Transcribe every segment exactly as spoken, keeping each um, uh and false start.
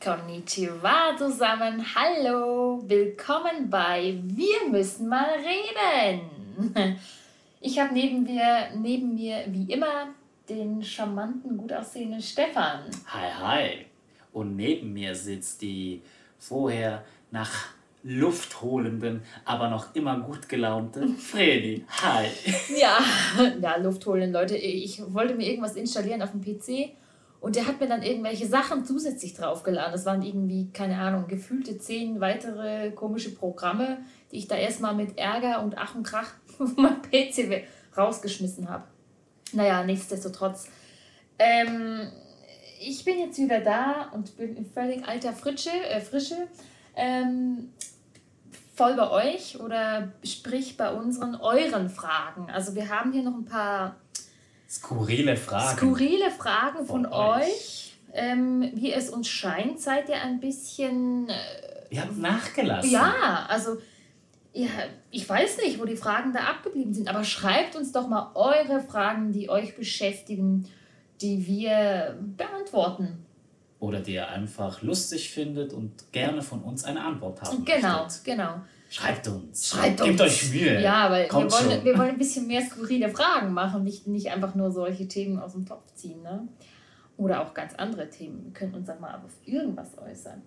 Konnichiwa zusammen, hallo, willkommen bei Wir müssen mal reden. Ich habe neben mir, neben mir wie immer den charmanten, gut aussehenden Stefan. Hi, hi. Und neben mir sitzt die vorher nach Luft holenden, aber noch immer gut gelaunte Fredi. Hi. Ja, ja, Luft holen, Leute. Ich wollte mir irgendwas installieren auf dem P C und der hat mir dann irgendwelche Sachen zusätzlich draufgeladen. Das waren irgendwie, keine Ahnung, gefühlte zehn weitere komische Programme, die ich da erstmal mit Ärger und Ach und Krach auf meinem P C rausgeschmissen habe. Naja, nichtsdestotrotz. Ähm, ich bin jetzt wieder da und bin in völlig alter Fritsche, äh, Frische. Ähm, voll bei euch oder sprich bei unseren, euren Fragen. Also wir haben hier noch ein paar Skurrile Fragen. Skurrile Fragen von, von euch. euch. Ähm, wie es uns scheint, seid ihr ein bisschen... Äh, ihr habt nachgelassen. Ja, also... Ja, ich weiß nicht, wo die Fragen da abgeblieben sind, aber schreibt uns doch mal eure Fragen, die euch beschäftigen, die wir beantworten. Oder die ihr einfach lustig findet und gerne von uns eine Antwort haben Genau, möchtet. genau. Schreibt uns. Schreibt Gebt uns. euch Mühe. Ja, weil wir Kommt wollen, schon. wir wollen ein bisschen mehr skurrile Fragen machen, nicht, nicht einfach nur solche Themen aus dem Topf ziehen. Ne? Oder auch ganz andere Themen. Wir können uns auch mal auf irgendwas äußern.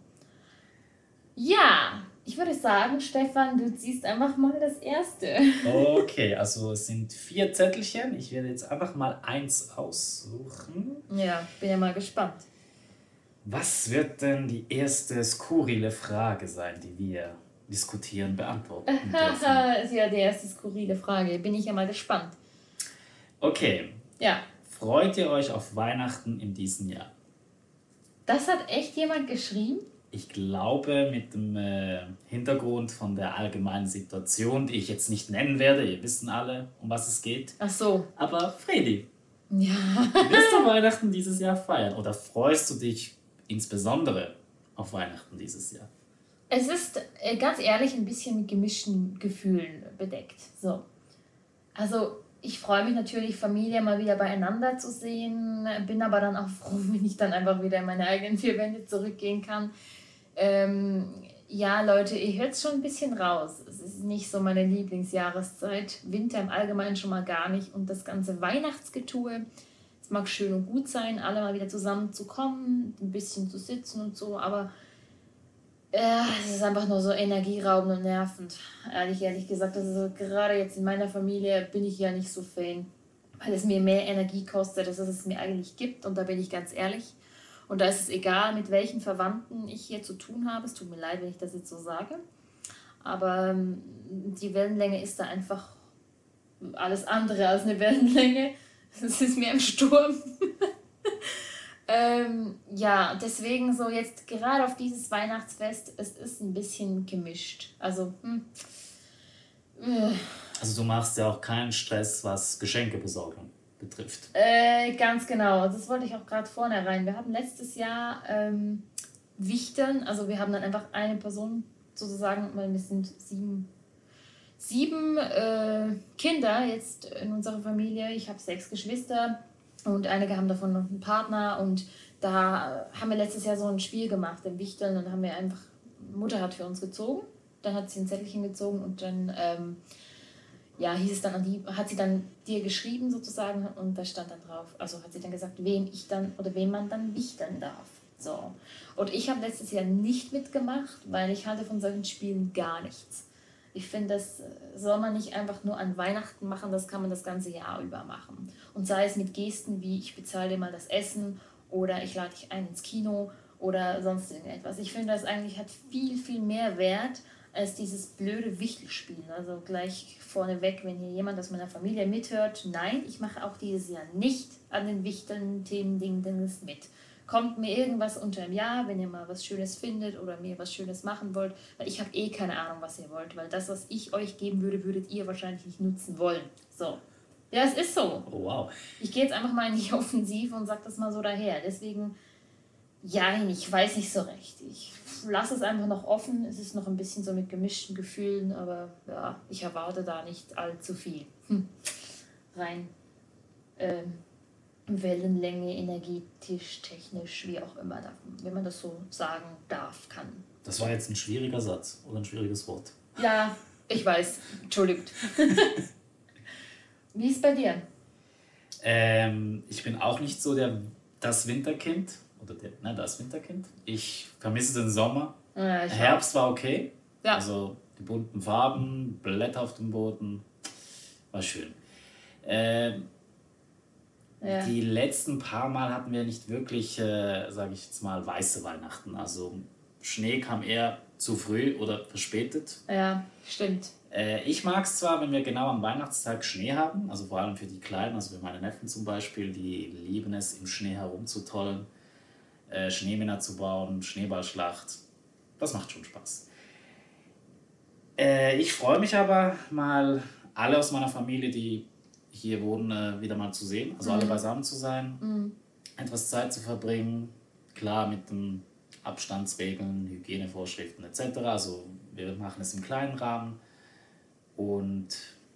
Ja, ich würde sagen, Stefan, du ziehst einfach mal das erste. Okay, also es sind vier Zettelchen. Ich werde jetzt einfach mal eins aussuchen. Ja, bin ja mal gespannt. Was wird denn die erste skurrile Frage sein, die wir diskutieren, beantworten dürfen? Das ist ja die erste skurrile Frage. Bin ich ja mal gespannt. Okay. Ja. Freut ihr euch auf Weihnachten in diesem Jahr? Das hat echt jemand geschrieben? Ich glaube, mit dem äh, Hintergrund von der allgemeinen Situation, die ich jetzt nicht nennen werde, ihr wisst alle, um was es geht. Ach so. Aber Fredi, ja. wirst du Weihnachten dieses Jahr feiern? Oder freust du dich insbesondere auf Weihnachten dieses Jahr? Es ist, äh, ganz ehrlich, ein bisschen mit gemischten Gefühlen bedeckt. So. Also, ich freue mich natürlich, Familie mal wieder beieinander zu sehen, bin aber dann auch froh, wenn ich dann einfach wieder in meine eigenen vier Wände zurückgehen kann. Ähm, ja, Leute, ihr hört es schon ein bisschen raus. Es ist nicht so meine Lieblingsjahreszeit. Winter im Allgemeinen schon mal gar nicht. Und das ganze Weihnachtsgetue, es mag schön und gut sein, alle mal wieder zusammen zu kommen, ein bisschen zu sitzen und so, aber äh, es ist einfach nur so energieraubend und nervend. Ehrlich, ehrlich gesagt, also gerade jetzt in meiner Familie bin ich ja nicht so Fan, weil es mir mehr Energie kostet, als es mir eigentlich gibt. Und da bin ich ganz ehrlich. Und da ist es egal, mit welchen Verwandten ich hier zu tun habe. Es tut mir leid, wenn ich das jetzt so sage. Aber ähm, die Wellenlänge ist da einfach alles andere als eine Wellenlänge. Es ist mehr im Sturm. ähm, ja, deswegen so jetzt gerade auf dieses Weihnachtsfest, es ist ein bisschen gemischt. Also, hm. Also du machst ja auch keinen Stress, was Geschenke besorgen betrifft. Äh, ganz genau, das wollte ich auch gerade vorne rein. Wir haben letztes Jahr ähm, Wichteln, also wir haben dann einfach eine Person sozusagen, weil wir sind sieben, sieben äh, Kinder jetzt in unserer Familie. Ich habe sechs Geschwister und einige haben davon noch einen Partner und da haben wir letztes Jahr so ein Spiel gemacht, im Wichteln, und haben wir einfach, Mutter hat für uns gezogen, dann hat sie ein Zettelchen gezogen und dann... Ähm, ja, hieß es dann an die, hat sie dann dir geschrieben sozusagen und da stand dann drauf, also hat sie dann gesagt, wem ich dann oder wem man dann wichteln darf. So. Und ich habe letztes Jahr nicht mitgemacht, weil ich halte von solchen Spielen gar nichts. Ich finde, das soll man nicht einfach nur an Weihnachten machen, das kann man das ganze Jahr über machen. Und sei es mit Gesten wie, ich bezahle dir mal das Essen oder ich lade dich ein ins Kino oder sonst irgendetwas. Ich finde, das eigentlich hat viel, viel mehr Wert als dieses blöde Wichtelspiel. Also gleich vorneweg, wenn hier jemand aus meiner Familie mithört, nein, ich mache auch dieses Jahr nicht an den Wichteln-Themen-Ding-Dings mit. Kommt mir irgendwas unter dem Jahr, wenn ihr mal was Schönes findet oder mir was Schönes machen wollt, weil ich habe eh keine Ahnung, was ihr wollt, weil das, was ich euch geben würde, würdet ihr wahrscheinlich nicht nutzen wollen. So. Ja, es ist so. Oh, wow. Ich gehe jetzt einfach mal in die Offensive und sage das mal so daher. Deswegen, ja, ich weiß nicht so recht. Ich lasse es einfach noch offen. Es ist noch ein bisschen so mit gemischten Gefühlen, aber ja, ich erwarte da nicht allzu viel. Hm. Rein ähm, Wellenlänge, energetisch, technisch, wie auch immer, wenn man das so sagen darf, kann. Das war jetzt ein schwieriger Satz oder ein schwieriges Wort. Ja, ich weiß. Entschuldigt. Wie ist es bei dir? Ähm, ich bin auch nicht so der, das Winterkind. Oder der, nein, das Winterkind. Ich vermisse den Sommer. Ja, Herbst auch. war okay. Ja. Also die bunten Farben, Blätter auf dem Boden. War schön. Ähm, ja. Die letzten paar Mal hatten wir nicht wirklich, äh, sage ich jetzt mal, weiße Weihnachten. Also Schnee kam eher zu früh oder verspätet. Ja, stimmt. Äh, ich mag es zwar, wenn wir genau am Weihnachtstag Schnee haben, also vor allem für die Kleinen, also für meine Neffen zum Beispiel, die lieben es, im Schnee herumzutollen, äh, Schneemänner zu bauen, Schneeballschlacht. Das macht schon Spaß. Äh, ich freue mich aber mal, alle aus meiner Familie, die hier wohnen, äh, wieder mal zu sehen, also mhm. alle beisammen zu sein, mhm. etwas Zeit zu verbringen, klar mit den Abstandsregeln, Hygienevorschriften et cetera. Also wir machen es im kleinen Rahmen und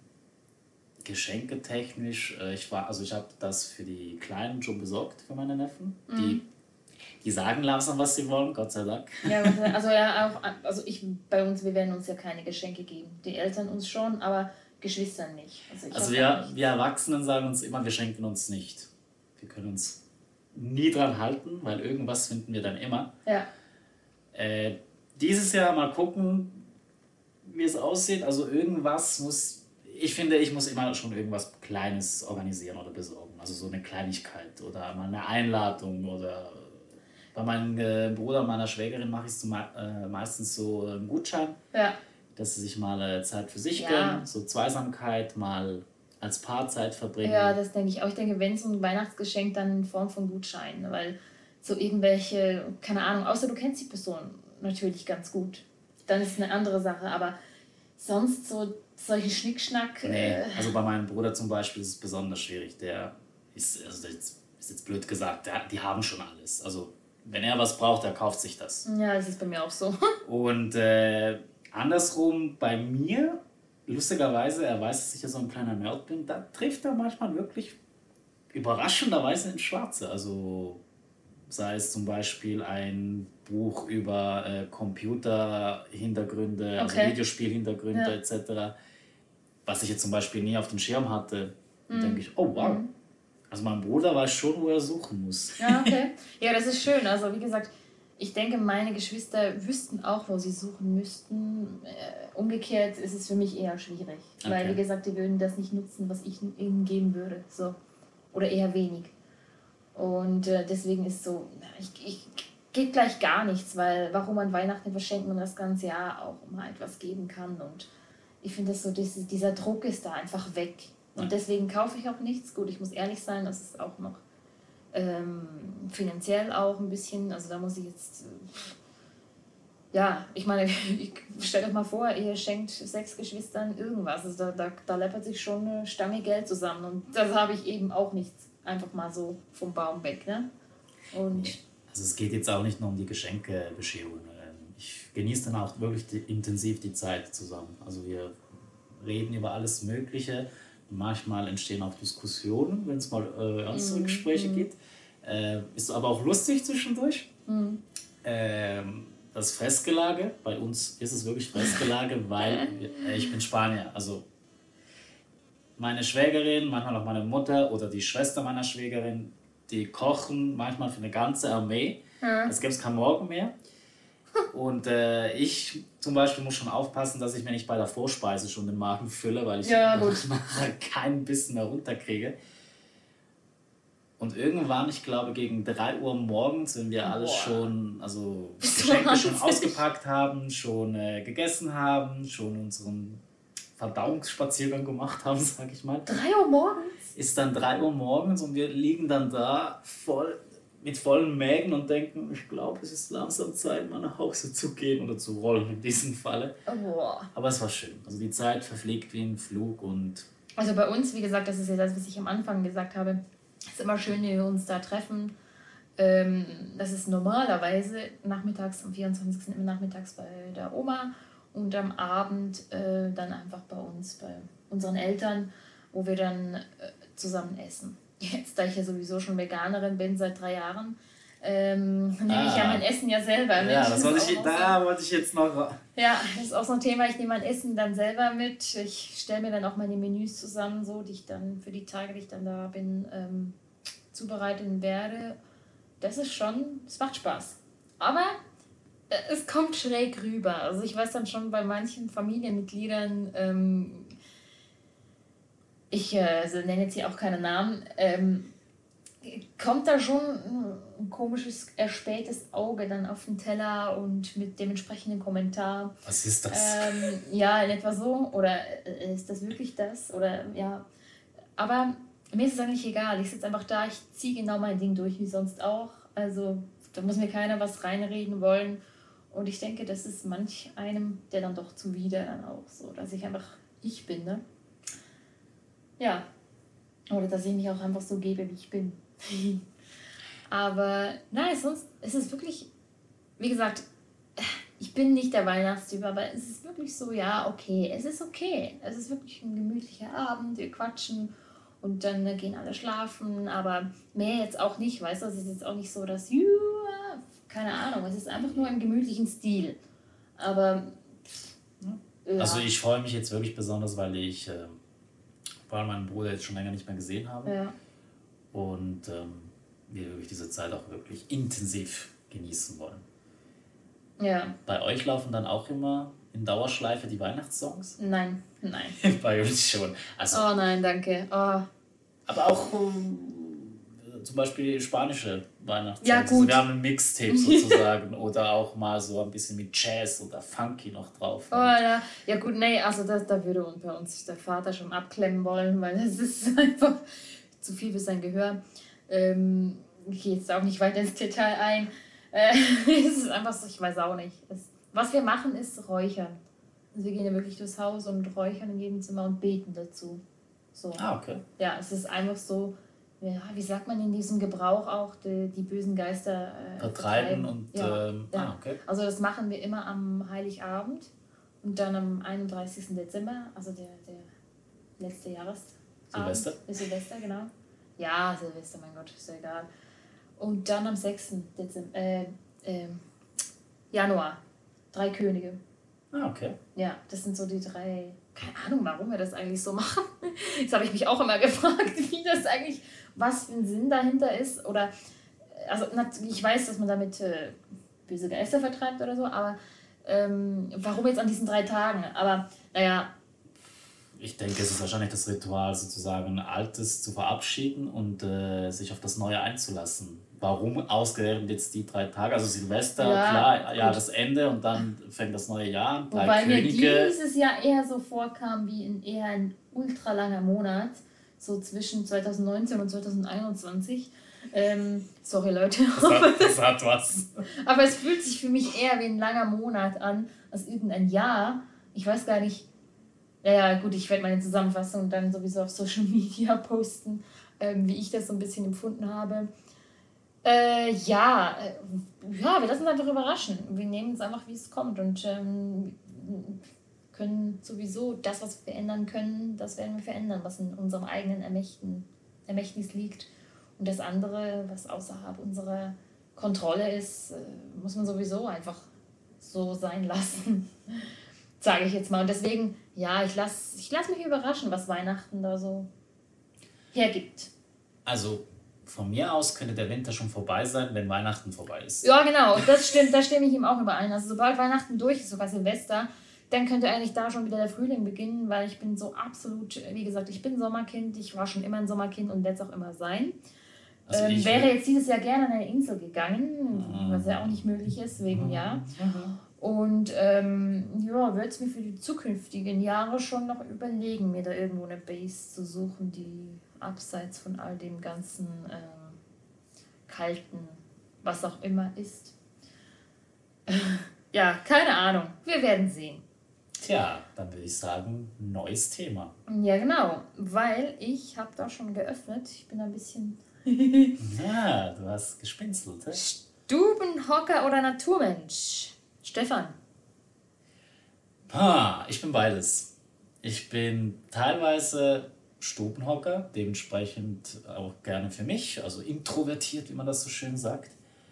geschenketechnisch, äh, ich war, also ich habe das für die Kleinen schon besorgt, für meine Neffen, mhm. die Die sagen langsam, was sie wollen, Gott sei Dank. Ja, also ja, auch, also ich, bei uns, wir werden uns ja keine Geschenke geben. Die Eltern uns schon, aber Geschwistern nicht. Also, also wir, wir Erwachsenen sagen uns immer, wir schenken uns nicht. Wir können uns nie dran halten, weil irgendwas finden wir dann immer. Ja. Äh, dieses Jahr mal gucken, wie es aussieht. Also irgendwas muss, ich finde, ich muss immer schon irgendwas Kleines organisieren oder besorgen. Also so eine Kleinigkeit oder mal eine Einladung oder... Bei meinem äh, Bruder und meiner Schwägerin mache ich es äh, meistens so einen Gutschein, ja. dass sie sich mal äh, Zeit für sich ja. gönnen, so Zweisamkeit, mal als Paar Zeit verbringen. Ja, das denke ich auch. Ich denke, wenn so ein Weihnachtsgeschenk, dann in Form von Gutschein, weil so irgendwelche, keine Ahnung, außer du kennst die Person natürlich ganz gut, dann ist es eine andere Sache, aber sonst so solche Schnickschnack... Nee, also bei meinem Bruder zum Beispiel ist es besonders schwierig, der ist, also das ist jetzt blöd gesagt, der, die haben schon alles, also wenn er was braucht, er kauft sich das. Ja, das ist bei mir auch so. Und äh, andersrum bei mir, lustigerweise, er weiß, dass ich ja so ein kleiner Nerd bin, da trifft er manchmal wirklich überraschenderweise ins Schwarze. Also sei es zum Beispiel ein Buch über äh, Computerhintergründe, okay. also Videospielhintergründe ja. et cetera. Was ich jetzt zum Beispiel nie auf dem Schirm hatte, mhm. denke ich, oh wow. Mhm. Also mein Bruder weiß schon, wo er suchen muss. Ja, okay. Ja, das ist schön. Also wie gesagt, ich denke, meine Geschwister wüssten auch, wo sie suchen müssten. Äh, umgekehrt ist es für mich eher schwierig. Okay. Weil, wie gesagt, die würden das nicht nutzen, was ich ihnen geben würde. So. Oder eher wenig. Und äh, deswegen ist so, ich, ich geht gleich gar nichts, weil warum an Weihnachten verschenken und das ganze Jahr auch mal etwas geben kann. Und ich finde, das so, dieser Druck ist da einfach weg. Und deswegen kaufe ich auch nichts. Gut, ich muss ehrlich sein, das ist auch noch ähm, finanziell auch ein bisschen, also da muss ich jetzt, äh, ja, ich meine, stellt euch mal vor, ihr schenkt sechs Geschwistern irgendwas, also da, da, da läppert sich schon eine Stange Geld zusammen und das habe ich eben auch nicht einfach mal so vom Baum weg, ne? Und nee. Also es geht jetzt auch nicht nur um die Geschenkebescherung. Ich genieße dann auch wirklich die, intensiv die Zeit zusammen. Also wir reden über alles Mögliche. Manchmal entstehen auch Diskussionen, wenn es mal äh, ernstere mm, Gespräche mm. gibt. Äh, ist aber auch lustig zwischendurch. Mm. Ähm, das Fressgelage, bei uns ist es wirklich Fressgelage, weil äh, ich bin Spanier. Also meine Schwägerin, manchmal auch meine Mutter oder die Schwester meiner Schwägerin, die kochen manchmal für eine ganze Armee. Mm. Es gibt kein Morgen mehr. Und äh, ich zum Beispiel muss schon aufpassen, dass ich mir nicht bei der Vorspeise schon den Magen fülle, weil ich ja, keinen Bissen mehr runterkriege. Und irgendwann, ich glaube gegen drei Uhr morgens, wenn wir Boah. alles schon, also Geschenke schon ausgepackt haben, schon äh, gegessen haben, schon unseren Verdauungsspaziergang gemacht haben, sag ich mal. drei Uhr morgens? Ist dann drei Uhr morgens und wir liegen dann da voll... mit vollen Mägen und denken, ich glaube, es ist langsam Zeit, mal nach Hause zu gehen oder zu rollen in diesem Falle. Oh. Aber es war schön. Also die Zeit verfliegt wie ein Flug und... Also bei uns, wie gesagt, das ist ja das, was ich am Anfang gesagt habe, es ist immer schön, wenn wir uns da treffen. Ähm, das ist normalerweise nachmittags, am vierundzwanzigsten immer nachmittags bei der Oma und am Abend äh, dann einfach bei uns, bei unseren Eltern, wo wir dann äh, zusammen essen. jetzt, da ich ja sowieso schon Veganerin bin seit drei Jahren, ähm, nehme Ah. ich ja mein Essen ja selber mit. Ja, das wollte ist ich, auch da so, wollte ich jetzt noch. ja, das ist auch so ein Thema. Ich nehme mein Essen dann selber mit. Ich stelle mir dann auch meine Menüs zusammen, so, die ich dann für die Tage, die ich dann da bin, ähm, zubereiten werde. Das ist schon, es macht Spaß. Aber äh, es kommt schräg rüber. Also ich weiß dann schon bei manchen Familienmitgliedern, ähm, ich äh, also nenne jetzt hier auch keine Namen, ähm, kommt da schon ein komisches, erspähtes Auge dann auf den Teller und mit dem entsprechenden Kommentar. Was ist das? Ähm, ja, in etwa so. Oder äh, ist das wirklich das? Oder ja. Aber mir ist es eigentlich egal. Ich sitze einfach da, ich ziehe genau mein Ding durch, wie sonst auch. Also da muss mir keiner was reinreden wollen. Und ich denke, das ist manch einem, der dann doch zuwider dann auch so, dass ich einfach ich bin, ne? Ja. Oder dass ich mich auch einfach so gebe, wie ich bin. Aber nein, sonst ist es wirklich, wie gesagt, ich bin nicht der Weihnachtstyp, aber es ist wirklich so, ja, okay, es ist okay. Es ist wirklich ein gemütlicher Abend, wir quatschen und dann äh, gehen alle schlafen, aber mehr jetzt auch nicht, weißt du, es ist jetzt auch nicht so, dass, ja, keine Ahnung, es ist einfach nur im gemütlichen Stil. Aber, ja. Also ich freue mich jetzt wirklich besonders, weil ich äh, vor allem meinen Bruder jetzt schon länger nicht mehr gesehen habe. Ja. Und ähm, wir wirklich diese Zeit auch wirklich intensiv genießen wollen. Ja. Bei euch laufen dann auch immer in Dauerschleife die Weihnachtssongs? Nein, nein. Bei uns schon. Also, Oh nein, danke. Oh. aber auch um, zum Beispiel spanische Weihnachtssongs. Ja, Also gut. wir haben ein Mixtape sozusagen oder auch mal so ein bisschen mit Jazz oder Funky noch drauf. Oh, ja. Ja gut, nee, also das, da würde bei uns der Vater schon abklemmen wollen, weil das ist einfach zu viel für sein Gehör. Ähm, ich gehe jetzt auch nicht weiter ins Detail ein. Äh, es ist einfach so, ich weiß auch nicht. Es, was wir machen, ist räuchern. Also wir gehen ja wirklich durchs Haus und räuchern in jedem Zimmer und beten dazu. So. Ah, okay. Ja, es ist einfach so, ja, wie sagt man in diesem Gebrauch auch, die, die bösen Geister äh, Vertreiben und, ja, ähm, ja. ah, okay. Also das machen wir immer am Heiligabend und dann am einunddreißigsten Dezember, also der, der letzte Jahresabend. Silvester? Ist Silvester, genau. Ja, Silvester, mein Gott, ist ja egal. Und dann am sechsten Dezember, äh, äh, Januar, drei Könige. Ah, okay. Ja, das sind so die drei, keine Ahnung, warum wir das eigentlich so machen. Jetzt habe ich mich auch immer gefragt, wie das eigentlich, was für ein Sinn dahinter ist. Oder, also ich weiß, dass man damit äh, böse Geister vertreibt oder so, aber ähm, warum jetzt an diesen drei Tagen? Aber naja. Ich denke, es ist wahrscheinlich das Ritual, sozusagen Altes zu verabschieden und äh, sich auf das Neue einzulassen. Warum ausgerechnet jetzt die drei Tage? Also Silvester, Ja, klar, gut. Jahresende und dann fängt das neue Jahr an. Drei Wobei mir Könige. dieses Jahr eher so vorkam wie in eher ein ultra langer Monat, so zwischen zweitausendneunzehn und zweitausendeinundzwanzig. Ähm, sorry Leute, Das hat, das hat was. aber es fühlt sich für mich eher wie ein langer Monat an als irgendein Jahr. Ich weiß gar nicht. Ja, ja, gut, ich werde meine Zusammenfassung dann sowieso auf Social Media posten, ähm, wie ich das so ein bisschen empfunden habe. Äh, ja, äh, ja, wir lassen uns einfach überraschen. Wir nehmen es einfach, wie es kommt und ähm, können sowieso das, was wir verändern können, das werden wir verändern, was in unserem eigenen Ermächten, Ermächtnis liegt. Und das andere, was außerhalb unserer Kontrolle ist, äh, muss man sowieso einfach so sein lassen, sage ich jetzt mal. Und deswegen, ja, ich lasse ich lass mich überraschen, was Weihnachten da so hergibt. Also von mir aus könnte der Winter schon vorbei sein, wenn Weihnachten vorbei ist. Ja, genau, das stimmt, da stimme ich ihm auch überein. Also sobald Weihnachten durch ist, sogar Silvester, dann könnte eigentlich da schon wieder der Frühling beginnen, weil ich bin so absolut, wie gesagt, ich bin Sommerkind, ich war schon immer ein Sommerkind und werde es auch immer sein. Also ähm, ich wäre jetzt dieses Jahr gerne an eine Insel gegangen, was ja auch nicht möglich ist, wegen ja. Und ähm, ja, würde es mir für die zukünftigen Jahre schon noch überlegen, mir da irgendwo eine Base zu suchen, die abseits von all dem ganzen ähm, kalten, was auch immer ist. Ja, keine Ahnung. Wir werden sehen. Tja, dann würde ich sagen, neues Thema. Ja, genau. Weil ich habe da schon geöffnet. Ich bin ein bisschen Ja, du hast gespinselt. He? Stubenhocker oder Naturmensch. Stefan. Ah, ich bin beides. Ich bin teilweise Stubenhocker, dementsprechend auch gerne für mich, also introvertiert, wie man das so schön sagt.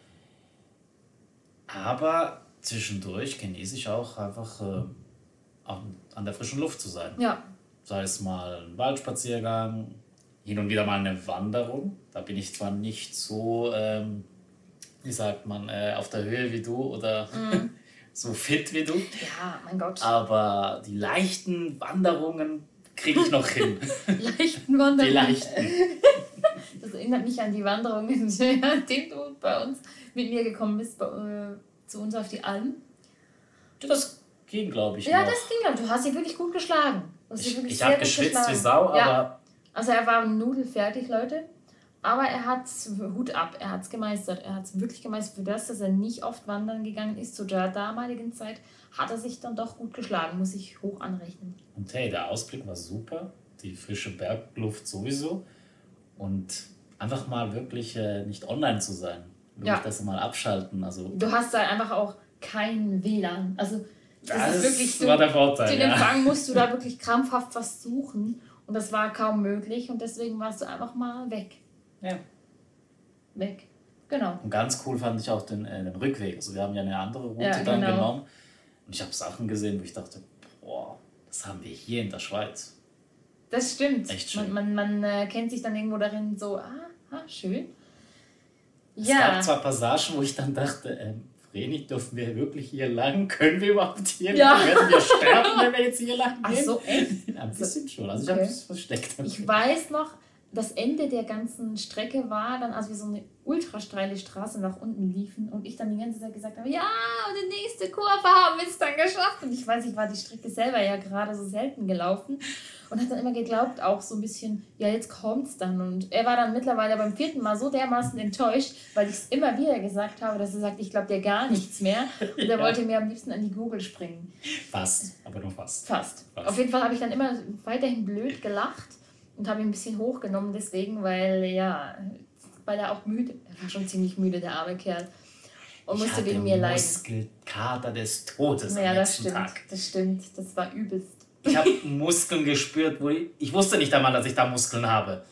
Aber zwischendurch genieße ich auch einfach äh, an, an der frischen Luft zu sein. Ja. Sei es mal ein Waldspaziergang, hin und wieder mal eine Wanderung. Da bin ich zwar nicht so, ähm, wie sagt man, äh, auf der Höhe wie du oder mm. so fit wie du. Ja, mein Gott. Aber die leichten Wanderungen kriege ich noch hin. leichten Wanderungen? Die leichten. Das erinnert mich an die Wanderungen, die du bei uns mit mir gekommen bist, bei, äh, zu uns auf die Alm. Das ging, glaube ich, Ja, noch. das ging, glaube ich. Du hast sie wirklich gut geschlagen. Ich, ich habe geschwitzt geschlagen. wie Sau, aber... Ja. Also er war nudelfertig, Leute. Aber er hat Hut ab, er hat es gemeistert. Er hat es wirklich gemeistert. Für das, dass er nicht oft wandern gegangen ist, zu der damaligen Zeit, hat er sich dann doch gut geschlagen, muss ich hoch anrechnen. Und hey, der Ausblick war super, die frische Bergluft sowieso. Und einfach mal wirklich äh, nicht online zu sein. Wirklich ja. das mal abschalten. Also, du hast da einfach auch kein W L A N. Also das, das ist wirklich so, war der Vorteil. Den Empfang ja. musst du da wirklich krampfhaft was suchen. Und das war kaum möglich. Und deswegen warst du einfach mal weg. Ja. Weg. Genau. Und ganz cool fand ich auch den, äh, den Rückweg. Also wir haben ja eine andere Route ja, dann genau. genommen. Und ich habe Sachen gesehen, wo ich dachte, boah, das haben wir hier in der Schweiz. Das stimmt. Echt schön. Man, man, man äh, kennt sich dann irgendwo darin so, ah, ah schön. Es ja. gab zwar Passagen, wo ich dann dachte, ähm, Vreni, dürfen wir wirklich hier lang? Können wir überhaupt hier ja. lang? Werden wir sterben, wenn wir jetzt hier lang gehen? Ach so, echt? Ja, ein bisschen schon. Also okay. ich habe es versteckt. Ich weiß noch, das Ende der ganzen Strecke war dann, als wir so eine ultra steile Straße nach unten liefen und ich dann die ganze Zeit gesagt habe, ja, und die nächste Kurve haben wir es dann geschafft. Und ich weiß, ich war die Strecke selber ja gerade so selten gelaufen und hat dann immer geglaubt, auch so ein bisschen, ja, jetzt kommt's dann. Und er war dann mittlerweile beim vierten Mal so dermaßen enttäuscht, weil ich es immer wieder gesagt habe, dass er sagt, ich glaube dir gar nichts mehr. Und er ja. wollte mir am liebsten an die Gurgel springen. Fast, aber nur fast. Fast. fast. Auf jeden Fall habe ich dann immer weiterhin blöd gelacht. Und habe ihn ein bisschen hochgenommen deswegen, weil, ja, weil er auch müde, er war schon ziemlich müde, der arme Kerl. Und musste wegen mir leiden. Muskelkater des Todes ja, am das nächsten stimmt, Tag. das stimmt, das war übelst. Ich habe Muskeln gespürt, wo ich, ich wusste nicht einmal, dass ich da Muskeln habe.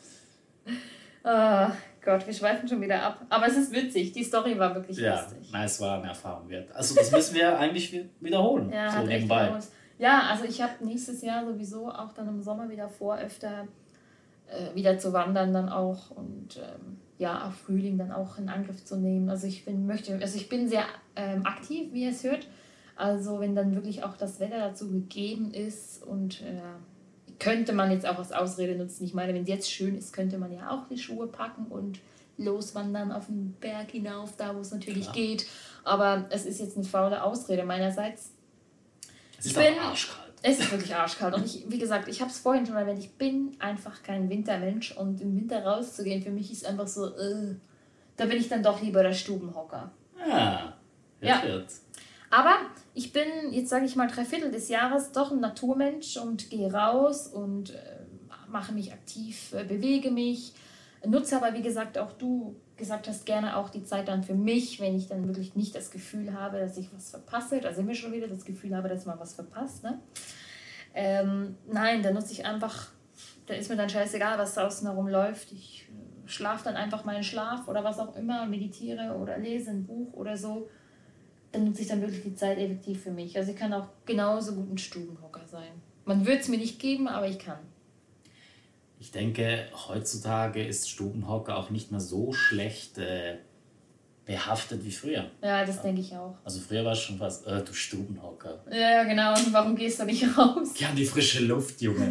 Oh Gott, wir schweifen schon wieder ab. Aber es ist witzig, die Story war wirklich ja, lustig. Ja, es war eine Erfahrung wert. Also das müssen wir eigentlich wiederholen, ja, so hat nebenbei. Echt ja, also ich habe nächstes Jahr sowieso auch dann im Sommer wieder vor, öfter wieder zu wandern dann auch und ähm, ja, auf Frühling dann auch in Angriff zu nehmen. Also ich bin möchte, also ich bin sehr ähm, aktiv, wie ihr es hört. Also wenn dann wirklich auch das Wetter dazu gegeben ist und äh, könnte man jetzt auch als Ausrede nutzen. Ich meine, wenn es jetzt schön ist, könnte man ja auch die Schuhe packen und loswandern auf den Berg hinauf, da wo es natürlich Klar. geht. Aber es ist jetzt eine faule Ausrede meinerseits. Es ist ich bin, arschkalt. Es ist wirklich arschkalt. Und ich, wie gesagt, ich habe es vorhin schon erwähnt, ich bin einfach kein Wintermensch. Und im Winter rauszugehen, für mich ist einfach so, äh, da bin ich dann doch lieber der Stubenhocker. Ah, ja. Wird. Aber ich bin, jetzt sage ich mal, drei Viertel des Jahres doch ein Naturmensch und gehe raus und äh, mache mich aktiv, äh, bewege mich. Nutze aber, wie gesagt, auch du gesagt hast, gerne auch die Zeit dann für mich, wenn ich dann wirklich nicht das Gefühl habe, dass ich was verpasse. Da sind wir schon wieder, das Gefühl habe, dass man was verpasst. Ne? Ähm, nein, da nutze ich einfach, da ist mir dann scheißegal, was draußen herum läuft. Ich äh, schlafe dann einfach meinen Schlaf oder was auch immer, meditiere oder lese ein Buch oder so. Dann nutze ich dann wirklich die Zeit effektiv für mich. Also ich kann auch genauso gut ein Stubenhocker sein. Man würde es mir nicht geben, aber ich kann. Ich denke, heutzutage ist Stubenhocker auch nicht mehr so schlecht äh, behaftet wie früher. Ja, das ja. denke ich auch. Also früher war es schon fast, äh, du Stubenhocker. Ja, genau. Und warum gehst du nicht raus? Ja, die frische Luft, Junge.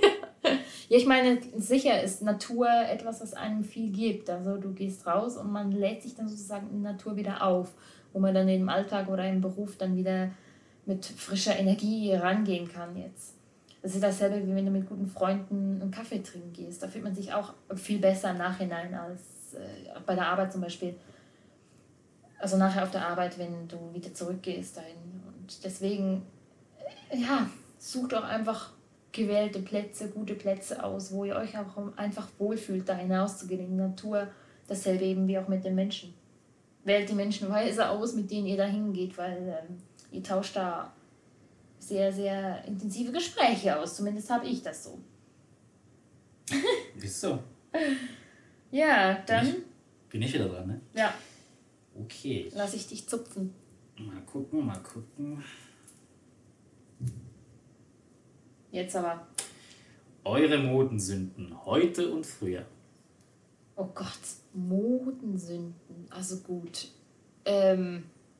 Ja, ich meine, sicher ist Natur etwas, was einem viel gibt. Also du gehst raus und man lädt sich dann sozusagen in Natur wieder auf, wo man dann im Alltag oder im Beruf dann wieder mit frischer Energie rangehen kann jetzt. Das ist dasselbe, wie wenn du mit guten Freunden einen Kaffee trinken gehst. Da fühlt man sich auch viel besser im Nachhinein als äh, bei der Arbeit zum Beispiel. Also nachher auf der Arbeit, wenn du wieder zurückgehst dahin. Und deswegen, äh, ja, sucht auch einfach gewählte Plätze, gute Plätze aus, wo ihr euch auch einfach wohlfühlt, da hinauszugehen in die Natur. Dasselbe eben wie auch mit den Menschen. Wählt die Menschen weise aus, mit denen ihr da hingeht, weil ähm, ihr tauscht da sehr, sehr intensive Gespräche aus. Zumindest habe ich das so. Sowieso. Ja, dann... Bin ich, bin ich wieder dran, ne? Ja. Okay. Lass ich dich zupfen. Mal gucken, mal gucken. Jetzt aber. Eure Modensünden, heute und früher. Oh Gott, Modensünden. Also gut. Ähm...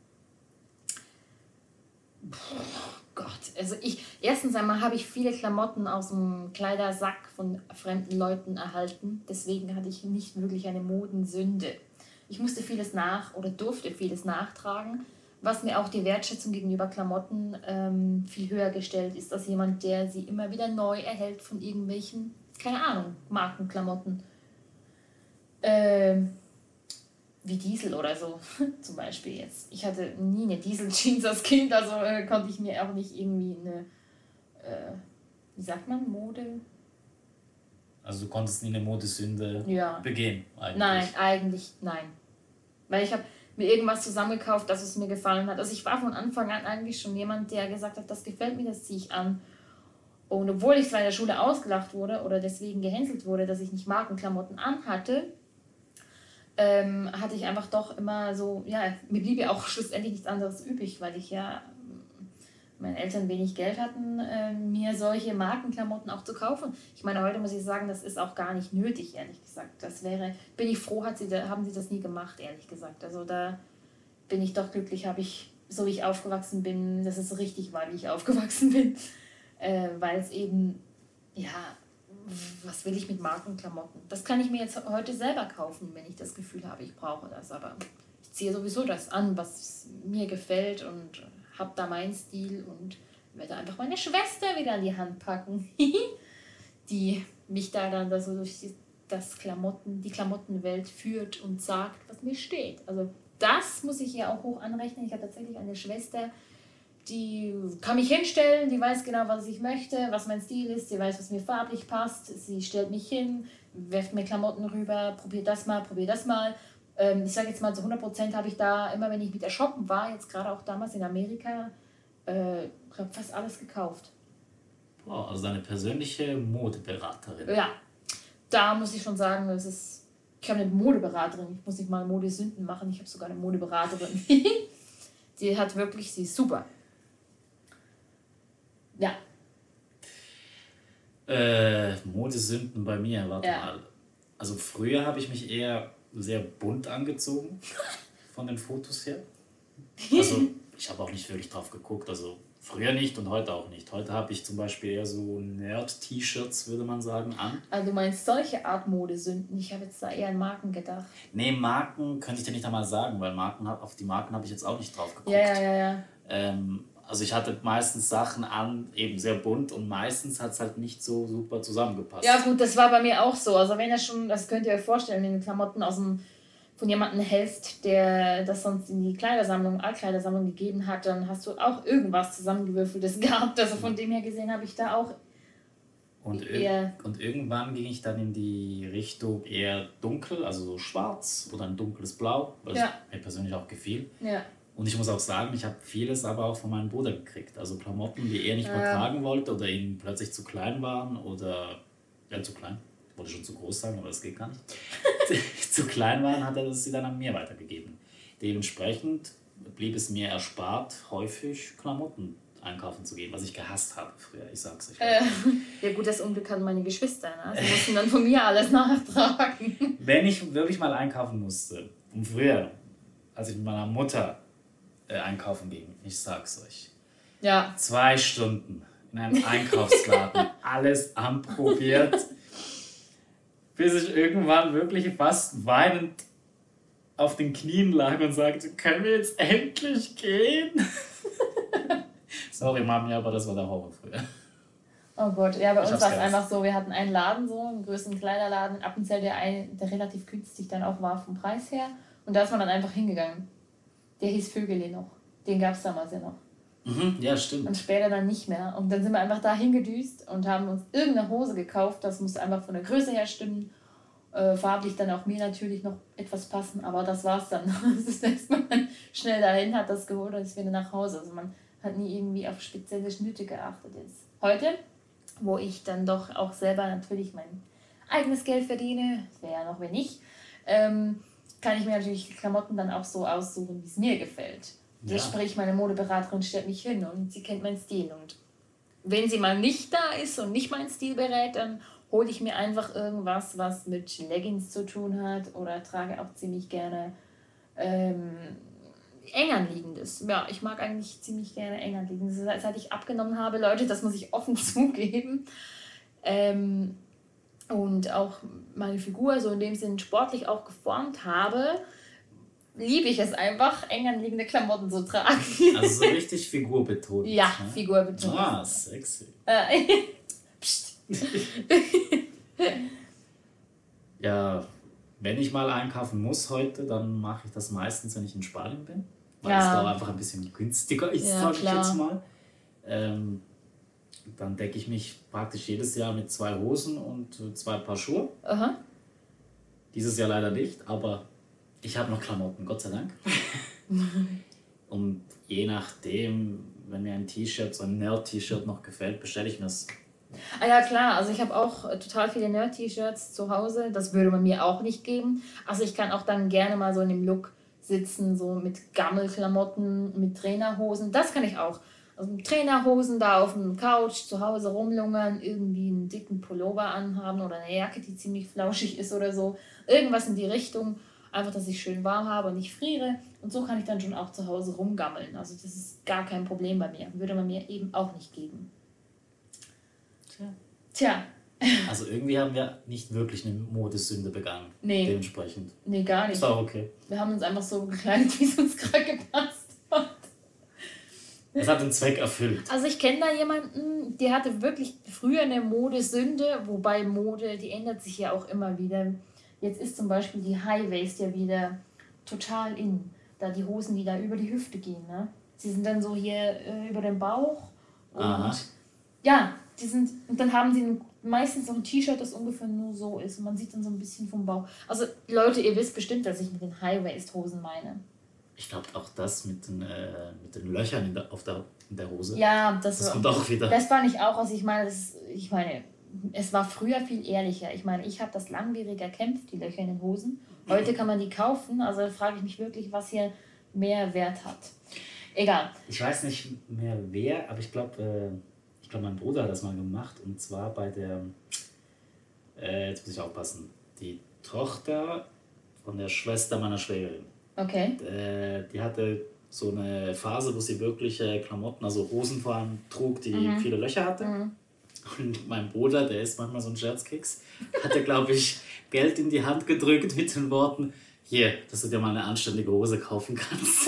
Puh, Gott, also ich, erstens einmal habe ich viele Klamotten aus dem Kleidersack von fremden Leuten erhalten. Deswegen hatte ich nicht wirklich eine Modensünde. Ich musste vieles nach oder durfte vieles nachtragen, was mir auch die Wertschätzung gegenüber Klamotten ähm, viel höher gestellt ist, als jemand, der sie immer wieder neu erhält von irgendwelchen, keine Ahnung, Markenklamotten. Ähm... wie Diesel oder so, zum Beispiel jetzt. Ich hatte nie eine Diesel-Jeans als Kind, also äh, konnte ich mir auch nicht irgendwie eine, äh, wie sagt man, Mode? Also du konntest nie eine Modesünde ja. begehen, eigentlich? Nein, eigentlich nein. Weil ich habe mir irgendwas zusammengekauft, dass es mir gefallen hat. Also ich war von Anfang an eigentlich schon jemand, der gesagt hat, das gefällt mir, das ziehe ich an. Und obwohl ich zwar in der Schule ausgelacht wurde oder deswegen gehänselt wurde, dass ich nicht Markenklamotten anhatte, Ähm, hatte ich einfach doch immer so, ja, mir blieb ja auch schlussendlich nichts anderes übrig, weil ich ja, meine Eltern wenig Geld hatten, äh, mir solche Markenklamotten auch zu kaufen. Ich meine, heute muss ich sagen, das ist auch gar nicht nötig, ehrlich gesagt. Das wäre, bin ich froh, hat sie da, haben sie das nie gemacht, ehrlich gesagt. Also da bin ich doch glücklich, habe ich, so wie ich aufgewachsen bin, dass es richtig war, wie ich aufgewachsen bin. Äh, weil es eben, ja, was will ich mit Markenklamotten? Das kann ich mir jetzt heute selber kaufen, wenn ich das Gefühl habe, ich brauche das. Aber ich ziehe sowieso das an, was mir gefällt und habe da meinen Stil und werde einfach meine Schwester wieder an die Hand packen, die mich da dann so durch die, das Klamotten, die Klamottenwelt führt und sagt, was mir steht. Also das muss ich ihr auch hoch anrechnen. Ich habe tatsächlich eine Schwester, die kann mich hinstellen, die weiß genau, was ich möchte, was mein Stil ist, sie weiß, was mir farblich passt, sie stellt mich hin, wirft mir Klamotten rüber, probiert das mal, probiert das mal. Ähm, ich sage jetzt mal, zu hundert Prozent habe ich da, immer wenn ich mit der shoppen war, jetzt gerade auch damals in Amerika, äh, fast alles gekauft. Boah, also deine persönliche Modeberaterin. Ja, da muss ich schon sagen, das ist, ich habe eine Modeberaterin, ich muss nicht mal Modesünden machen, ich habe sogar eine Modeberaterin. Die hat wirklich, sie ist super. Ja. Äh, Modesünden bei mir, warte Ja. mal. Also früher habe ich mich eher sehr bunt angezogen, von den Fotos her. Also ich habe auch nicht wirklich drauf geguckt, also früher nicht und heute auch nicht. Heute habe ich zum Beispiel eher so Nerd-T-Shirts, würde man sagen, an. Also du meinst solche Art Modesünden? Ich habe jetzt da eher an Marken gedacht. Nee, Marken könnte ich dir nicht einmal sagen, weil Marken, auf die Marken habe ich jetzt auch nicht drauf geguckt. Ja, ja, ja, ja. Ähm, also ich hatte meistens Sachen an, eben sehr bunt und meistens hat es halt nicht so super zusammengepasst. Ja gut, das war bei mir auch so. Also wenn ihr schon, das könnt ihr euch vorstellen, wenn ihr Klamotten aus dem, von jemandem hältst, der das sonst in die Kleidersammlung, Altkleidersammlung gegeben hat, dann hast du auch irgendwas zusammengewürfeltes gehabt. Also von dem her gesehen habe ich da auch und, eher... ir- und irgendwann ging ich dann in die Richtung eher dunkel, also so schwarz oder ein dunkles Blau, was Ja. mir persönlich auch gefiel. Ja. Und ich muss auch sagen, ich habe vieles aber auch von meinem Bruder gekriegt. Also Klamotten, die er nicht mehr Ähm. tragen wollte oder ihm plötzlich zu klein waren oder, ja zu klein, ich wollte schon zu groß sagen, aber das geht gar nicht. zu klein waren, hat er das sie dann an mir weitergegeben. Dementsprechend blieb es mir erspart, häufig Klamotten einkaufen zu gehen, was ich gehasst habe früher, ich sag's euch. Äh, ja gut, das Unglück hatten meine Geschwister, ne? Sie mussten dann von mir alles nachtragen. Wenn ich wirklich mal einkaufen musste, und früher, als ich mit meiner Mutter äh, einkaufen ging, ich sag's euch, Ja. zwei Stunden in einem Einkaufsladen, alles anprobiert, bis ich irgendwann wirklich fast weinend auf den Knien lag und sagte, können wir jetzt endlich gehen? Sorry, Mami, aber das war der Horror früher. Oh Gott, ja, bei Ich uns hab's war es gehasst. einfach so, wir hatten einen Laden so, einen größeren Kleiderladen in Appenzell, der, ein, der relativ günstig dann auch war vom Preis her. Und da ist man dann einfach hingegangen. Der hieß Vögele noch. Den gab es damals ja noch. Mhm, ja, stimmt. Und später dann nicht mehr. Und dann sind wir einfach da hingedüst und haben uns irgendeine Hose gekauft. Das musste einfach von der Größe her stimmen. Äh, farblich dann auch mir natürlich noch etwas passen. Aber das war's dann. Das ist erstmal schnell dahin, hat das geholt und ist wieder nach Hause. Also man hat nie irgendwie auf spezielle Schnitte geachtet jetzt. Heute, wo ich dann doch auch selber natürlich mein eigenes Geld verdiene, wäre ja noch wenn nicht, ähm, kann ich mir natürlich Klamotten dann auch so aussuchen, wie es mir gefällt. Ja. Sprich, meine Modeberaterin stellt mich hin und sie kennt meinen Stil. Und wenn sie mal nicht da ist und nicht meinen Stil berät, dann hole ich mir einfach irgendwas, was mit Leggings zu tun hat oder trage auch ziemlich gerne ähm, eng anliegendes. Ja, ich mag eigentlich ziemlich gerne eng anliegendes. Seit ich abgenommen habe, Leute, das muss ich offen zugeben. Ähm, und auch meine Figur so in dem Sinn sportlich auch geformt habe, liebe ich es einfach, eng anliegende Klamotten zu tragen. Also so richtig figurbetont. Ja, ne? Figurbetont. Ah, sexy. Psst. Ja, wenn ich mal einkaufen muss heute, dann mache ich das meistens, wenn ich in Spanien bin. Weil ja. es da einfach ein bisschen günstiger ist, ja, sage ich jetzt mal. Ähm, dann decke ich mich praktisch jedes Jahr mit zwei Hosen und zwei Paar Schuhe. Aha. Dieses Jahr leider nicht, aber ich habe noch Klamotten, Gott sei Dank. Und je nachdem, wenn mir ein T-Shirt, so ein Nerd-T-Shirt noch gefällt, bestelle ich mir das. Ah ja, klar. Also ich habe auch total viele Nerd-T-Shirts zu Hause. Das würde man mir auch nicht geben. Also ich kann auch dann gerne mal so in dem Look sitzen, so mit Gammelklamotten, mit Trainerhosen. Das kann ich auch. Also mit Trainerhosen da auf dem Couch zu Hause rumlungern, irgendwie einen dicken Pullover anhaben oder eine Jacke, die ziemlich flauschig ist oder so. Irgendwas in die Richtung. Einfach, dass ich schön warm habe und nicht friere. Und so kann ich dann schon auch zu Hause rumgammeln. Also das ist gar kein Problem bei mir. Würde man mir eben auch nicht geben. Tja. Tja. Also irgendwie haben wir nicht wirklich eine Modesünde begangen. Nee. Dementsprechend. Nee, gar nicht. Das war okay. Wir haben uns einfach so gekleidet, wie es uns gerade gepasst hat. Es hat den Zweck erfüllt. Also ich kenne da jemanden, der hatte wirklich früher eine Modesünde, wobei Mode, die ändert sich ja auch immer wieder. Jetzt ist zum Beispiel die High-Waist ja wieder total in. Da die Hosen, die da über die Hüfte gehen. Ne? Sie sind dann so hier äh, über den Bauch. Und aha. Ja, die sind, und dann haben sie meistens so ein T-Shirt, das ungefähr nur so ist. Und man sieht dann so ein bisschen vom Bauch. Also Leute, ihr wisst bestimmt, dass ich mit den High-Waist-Hosen meine. Ich glaube auch das mit den, äh, mit den Löchern in der, auf der, in der Hose. Ja, das, das kommt auch wieder. Das fand ich auch. Also ich meine, das, ich meine, es war früher viel ehrlicher. Ich meine, ich habe das langwierig erkämpft, die Löcher in den Hosen. Heute kann man die kaufen. Also da frage ich mich wirklich, was hier mehr Wert hat. Egal. Ich weiß nicht mehr wer, aber ich glaube, äh, ich glaube, mein Bruder hat das mal gemacht. Und zwar bei der, äh, jetzt muss ich aufpassen, die Tochter von der Schwester meiner Schwägerin. Okay. Äh, die hatte so eine Phase, wo sie wirklich äh, Klamotten, also Hosen vor allem trug, die mhm. viele Löcher hatte. Mhm. Und mein Bruder, der ist manchmal so ein Scherzkeks, hatte, glaube ich, Geld in die Hand gedrückt mit den Worten, hier, dass du dir mal eine anständige Hose kaufen kannst.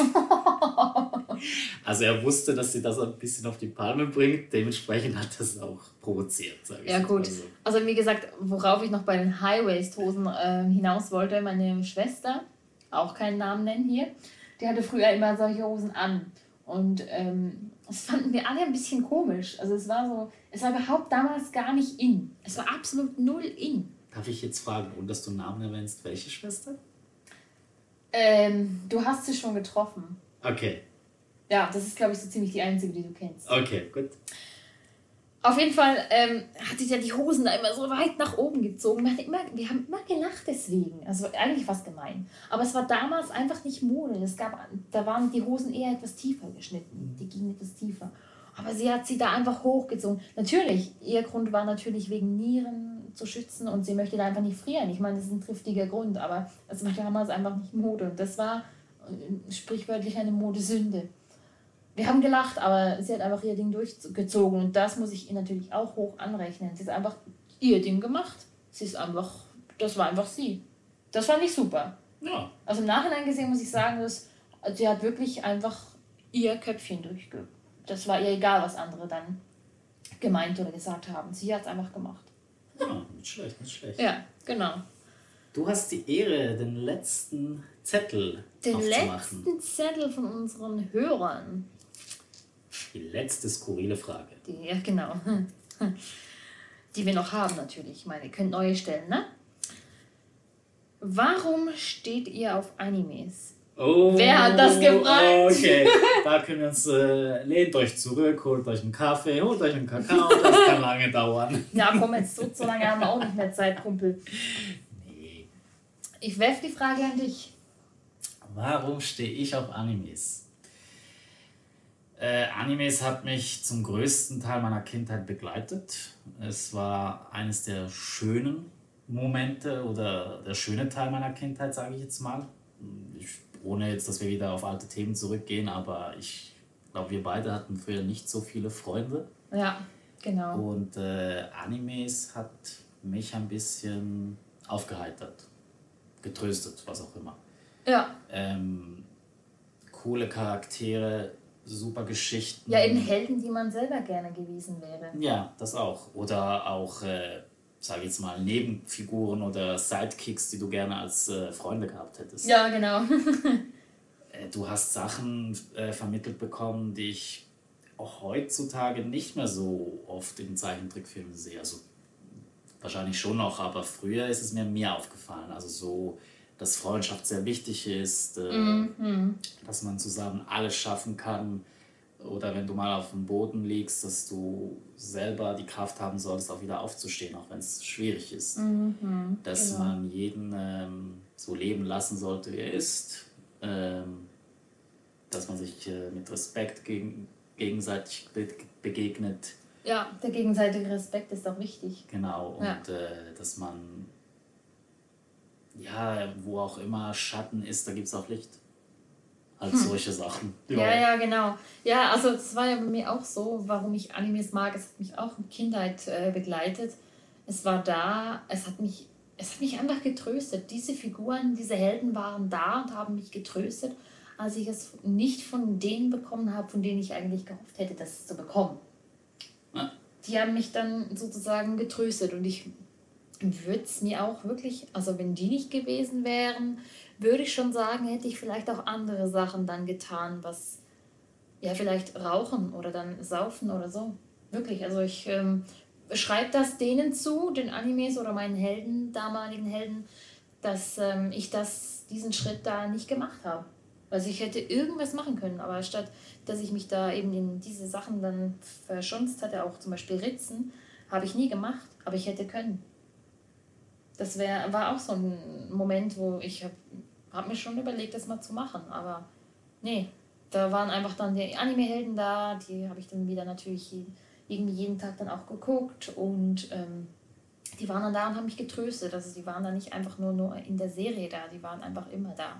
Also er wusste, dass sie das ein bisschen auf die Palme bringt, dementsprechend hat das auch provoziert, sage ich. Ja gut, so. Also wie gesagt, worauf ich noch bei den High-Waist-Hosen äh, hinaus wollte, meine Schwester, auch keinen Namen nennen hier, die hatte früher immer solche Hosen an. Und ähm, das fanden wir alle ein bisschen komisch. Also es war so, es war überhaupt damals gar nicht in. Es war absolut null in. Darf ich jetzt fragen, ohne dass du einen Namen erwähnst, welche Schwester? Ähm, du hast sie schon getroffen. Okay. Ja, das ist, glaube ich, so ziemlich die einzige, die du kennst. Okay, gut. Auf jeden Fall ähm, hat sich ja die Hosen da immer so weit nach oben gezogen. Wir, immer, wir haben immer gelacht deswegen. Also eigentlich fast gemein. Aber es war damals einfach nicht Mode. Es gab, da waren die Hosen eher etwas tiefer geschnitten. Die gingen etwas tiefer. Aber sie hat sie da einfach hochgezogen. Natürlich, ihr Grund war natürlich wegen Nieren zu schützen und sie möchte da einfach nicht frieren. Ich meine, das ist ein triftiger Grund, aber das war damals einfach nicht Mode. Und das war äh, sprichwörtlich eine Modesünde. Wir haben gelacht, aber sie hat einfach ihr Ding durchgezogen und das muss ich ihr natürlich auch hoch anrechnen. Sie hat einfach ihr Ding gemacht. Sie ist einfach, das war einfach sie. Das fand ich super. Ja. Also im Nachhinein gesehen muss ich sagen, dass sie hat wirklich einfach ihr Köpfchen durchge... Das war ihr egal, was andere dann gemeint oder gesagt haben. Sie hat es einfach gemacht. Ja, nicht schlecht, nicht schlecht. Ja, genau. Du hast die Ehre, den letzten Zettel den aufzumachen. Den letzten Zettel von unseren Hörern. Die letzte skurrile Frage. Die, ja, genau. Die wir noch haben natürlich. Ich meine, ihr könnt neue stellen, ne? Warum steht ihr auf Animes? Oh, wer hat das gemeint? Okay, da können wir uns, äh, lehnt euch zurück, holt euch einen Kaffee, holt euch einen Kakao, das kann lange dauern. Ja, komm, jetzt so, so lange haben wir auch nicht mehr Zeit, Kumpel. Nee. Ich werfe die Frage an dich. Warum stehe ich auf Animes? Äh, Animes hat mich zum größten Teil meiner Kindheit begleitet. Es war eines der schönen Momente oder der schöne Teil meiner Kindheit, sage ich jetzt mal. Ich, ohne jetzt, dass wir wieder auf alte Themen zurückgehen, aber ich glaube, wir beide hatten früher nicht so viele Freunde. Ja, genau. Und äh, Animes hat mich ein bisschen aufgeheitert, getröstet, was auch immer. Ja. Ähm, coole Charaktere, super Geschichten. Ja, eben Helden, die man selber gerne gewesen wäre. Ja, das auch. Oder auch, äh, sage ich jetzt mal, Nebenfiguren oder Sidekicks, die du gerne als äh, Freunde gehabt hättest. Ja, genau. äh, du hast Sachen äh, vermittelt bekommen, die ich auch heutzutage nicht mehr so oft in Zeichentrickfilmen sehe. Also wahrscheinlich schon noch, aber früher ist es mir mehr aufgefallen. Also so, dass Freundschaft sehr wichtig ist, äh, Mhm. dass man zusammen alles schaffen kann. Oder wenn du mal auf dem Boden liegst, dass du selber die Kraft haben solltest, auch wieder aufzustehen, auch wenn es schwierig ist. Mhm. Dass Genau. man jeden ähm, so leben lassen sollte, wie er ist. Ähm, dass man sich äh, mit Respekt gegen, gegenseitig be begegnet. Ja, der gegenseitige Respekt ist auch wichtig. Genau, und Ja. äh, dass man, ja, wo auch immer Schatten ist, da gibt es auch Licht. Halt solche Sachen. Ja, ja, genau. Ja, also das war ja bei mir auch so, warum ich Animes mag. Es hat mich auch in Kindheit äh, begleitet. Es war da, es hat mich, es hat mich einfach getröstet. Diese Figuren, diese Helden waren da und haben mich getröstet, als ich es nicht von denen bekommen habe, von denen ich eigentlich gehofft hätte, das zu bekommen. Ja. Die haben mich dann sozusagen getröstet und ich würde es mir auch wirklich, also wenn die nicht gewesen wären, würde ich schon sagen, hätte ich vielleicht auch andere Sachen dann getan, was, ja, vielleicht rauchen oder dann saufen oder so. Wirklich, also ich ähm, schreibe das denen zu, den Animes oder meinen Helden, damaligen Helden, dass ähm, ich das, diesen Schritt da nicht gemacht habe. Also ich hätte irgendwas machen können, aber statt, dass ich mich da eben in diese Sachen dann verschunzt hatte, auch zum Beispiel Ritzen, habe ich nie gemacht, aber ich hätte können. Das wär, war auch so ein Moment, wo ich habe hab mir schon überlegt, das mal zu machen, aber nee, da waren einfach dann die Anime-Helden da, die habe ich dann wieder natürlich je, irgendwie jeden Tag dann auch geguckt und ähm, die waren dann da und haben mich getröstet, also die waren dann nicht einfach nur, nur in der Serie da, die waren einfach immer da.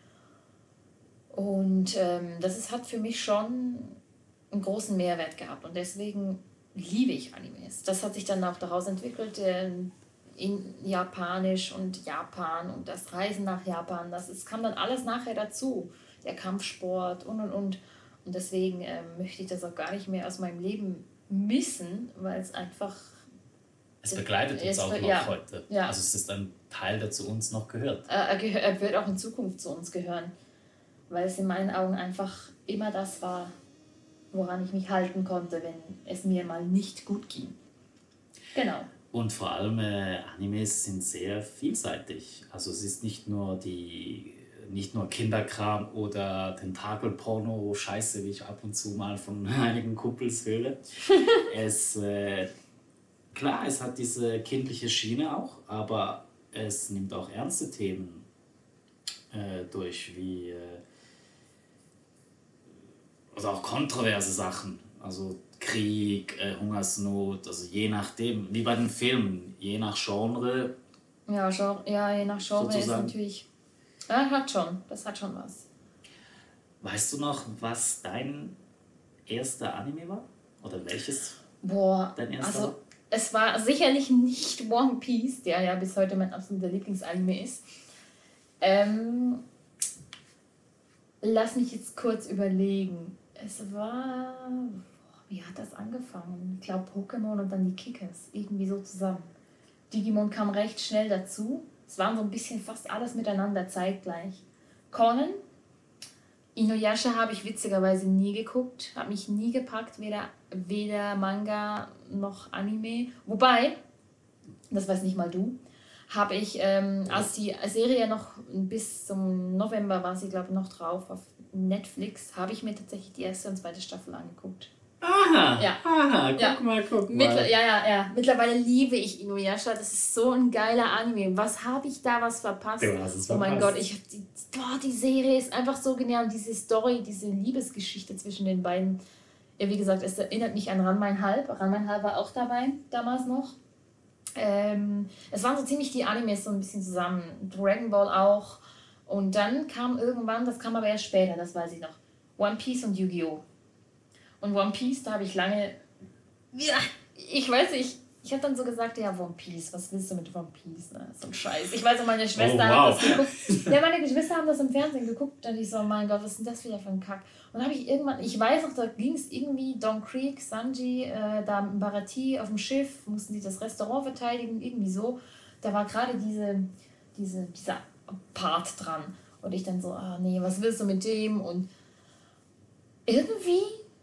Und ähm, das ist, hat für mich schon einen großen Mehrwert gehabt und deswegen liebe ich Animes. Das hat sich dann auch daraus entwickelt, äh, in Japanisch und Japan und das Reisen nach Japan, das ist, kam dann alles nachher dazu. Der Kampfsport und und und. Und deswegen ähm, möchte ich das auch gar nicht mehr aus meinem Leben missen, weil es einfach. Es begleitet uns es auch be- noch ja, heute. ja. Also es ist ein Teil, der zu uns noch gehört. Äh, er, gehör, er wird auch in Zukunft zu uns gehören, weil es in meinen Augen einfach immer das war, woran ich mich halten konnte, wenn es mir mal nicht gut ging. Genau. Und vor allem äh, Animes sind sehr vielseitig. Also es ist nicht nur die nicht nur Kinderkram oder Tentakelporno, Scheiße, wie ich ab und zu mal von einigen Kumpels höre. es äh, klar, es hat diese kindliche Schiene auch, aber es nimmt auch ernste Themen äh, durch, wie äh, also auch kontroverse Sachen. Also Krieg, äh, Hungersnot, also je nachdem, wie bei den Filmen, je nach Genre. Ja, Genre, ja, je nach Genre Sozusagen. ist natürlich. Ja, hat schon. Das hat schon was. Weißt du noch, was dein erster Anime war? Oder welches Boah, dein erster also war? es war sicherlich nicht One Piece, der ja bis heute mein absoluter Lieblingsanime ist. Ähm, lass mich jetzt kurz überlegen. Es war. Boah, wie hat das angefangen? Ich glaube Pokémon und dann die Kickers. Irgendwie so zusammen. Digimon kam recht schnell dazu. Es waren so ein bisschen fast alles miteinander zeitgleich. Conan, Inuyasha habe ich witzigerweise nie geguckt. Hat mich nie gepackt, weder, weder Manga noch Anime. Wobei, das weiß nicht mal du, habe ich, ähm, als die Serie noch bis zum November war sie, glaube ich, noch drauf auf Netflix, habe ich mir tatsächlich die erste und zweite Staffel angeguckt. Aha, ja. aha, guck ja. mal, guck mal. Mittler- ja, ja, ja. Mittlerweile liebe ich Inuyasha. Das ist so ein geiler Anime. Was habe ich da was verpasst? Du hast es oh mein verpasst. Gott, ich hab die, boah, die Serie ist einfach so genial. Und diese Story, diese Liebesgeschichte zwischen den beiden. Ja, wie gesagt, es erinnert mich an Ranma Halb. Ranma Halb war auch dabei, damals noch. Ähm, es waren so ziemlich die Animes so ein bisschen zusammen. Dragon Ball auch. Und dann kam irgendwann, das kam aber erst später, das weiß ich noch, One Piece und Yu-Gi-Oh! Und One Piece, da habe ich lange, ja, ich weiß nicht, ich habe dann so gesagt, ja, One Piece, was willst du mit One Piece? Ne? So ein Scheiß. Ich weiß auch, meine Schwester Oh, wow. hat das geguckt. Ja, meine Geschwister haben das im Fernsehen geguckt. Und ich so, mein Gott, was ist denn das wieder für ein Kack? Und dann habe ich irgendwann, ich weiß noch, da ging es irgendwie, Don Creek, Sanji, äh, da im Baratie auf dem Schiff, mussten die das Restaurant verteidigen, irgendwie so. Da war gerade diese, diese, dieser Part dran. Und ich dann so, ah nee, was willst du mit dem? Und irgendwie,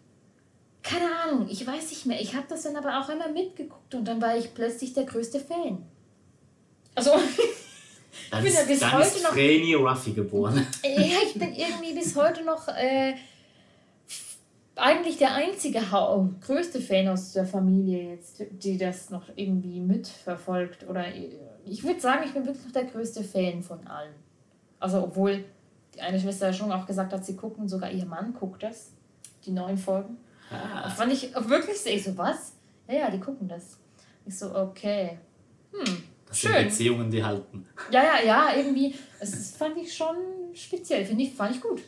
keine Ahnung, ich weiß nicht mehr. Ich habe das dann aber auch immer mitgeguckt und dann war ich plötzlich der größte Fan. Also, Dann ich bin ja bis dann heute ist noch. Vreni Ruffy geboren. Ja, ich bin irgendwie bis heute noch äh, eigentlich der einzige, ha- größte Fan aus der Familie jetzt, die das noch irgendwie mitverfolgt. Oder ich würde sagen, ich bin wirklich noch der größte Fan von allen. Also, obwohl die eine Schwester schon auch gesagt hat, sie gucken, sogar ihr Mann guckt das, die neuen Folgen. Ah. Das fand ich wirklich so. Ich so, was? Ja, ja, die gucken das. Ich so, okay. Hm, Das schön. sind Beziehungen, die halten. Ja, ja, ja, irgendwie. Das ist, fand ich schon speziell. Finde ich, fand ich gut.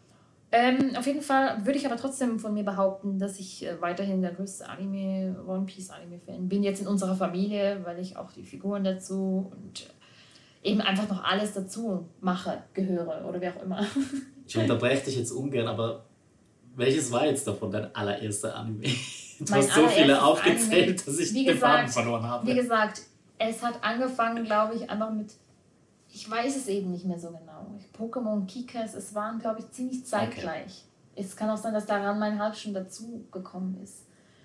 Ähm, auf jeden Fall würde ich aber trotzdem von mir behaupten, dass ich äh, weiterhin der größte Anime, One Piece Anime-Fan bin. Jetzt in unserer Familie, weil ich auch die Figuren dazu und eben einfach noch alles dazu mache, gehöre oder wie auch immer. Ich unterbreche dich jetzt ungern, aber welches war jetzt davon dein allererster Anime? Du Mein hast so viele allererstes aufgezählt, Anime, dass ich wie den Faden gesagt, verloren habe. Wie gesagt, es hat angefangen, glaube ich, einfach mit, ich weiß es eben nicht mehr so genau. Pokémon, Kickers, es waren, glaube ich, ziemlich zeitgleich. Okay. Es kann auch sein, dass daran mein Halb schon dazu gekommen ist.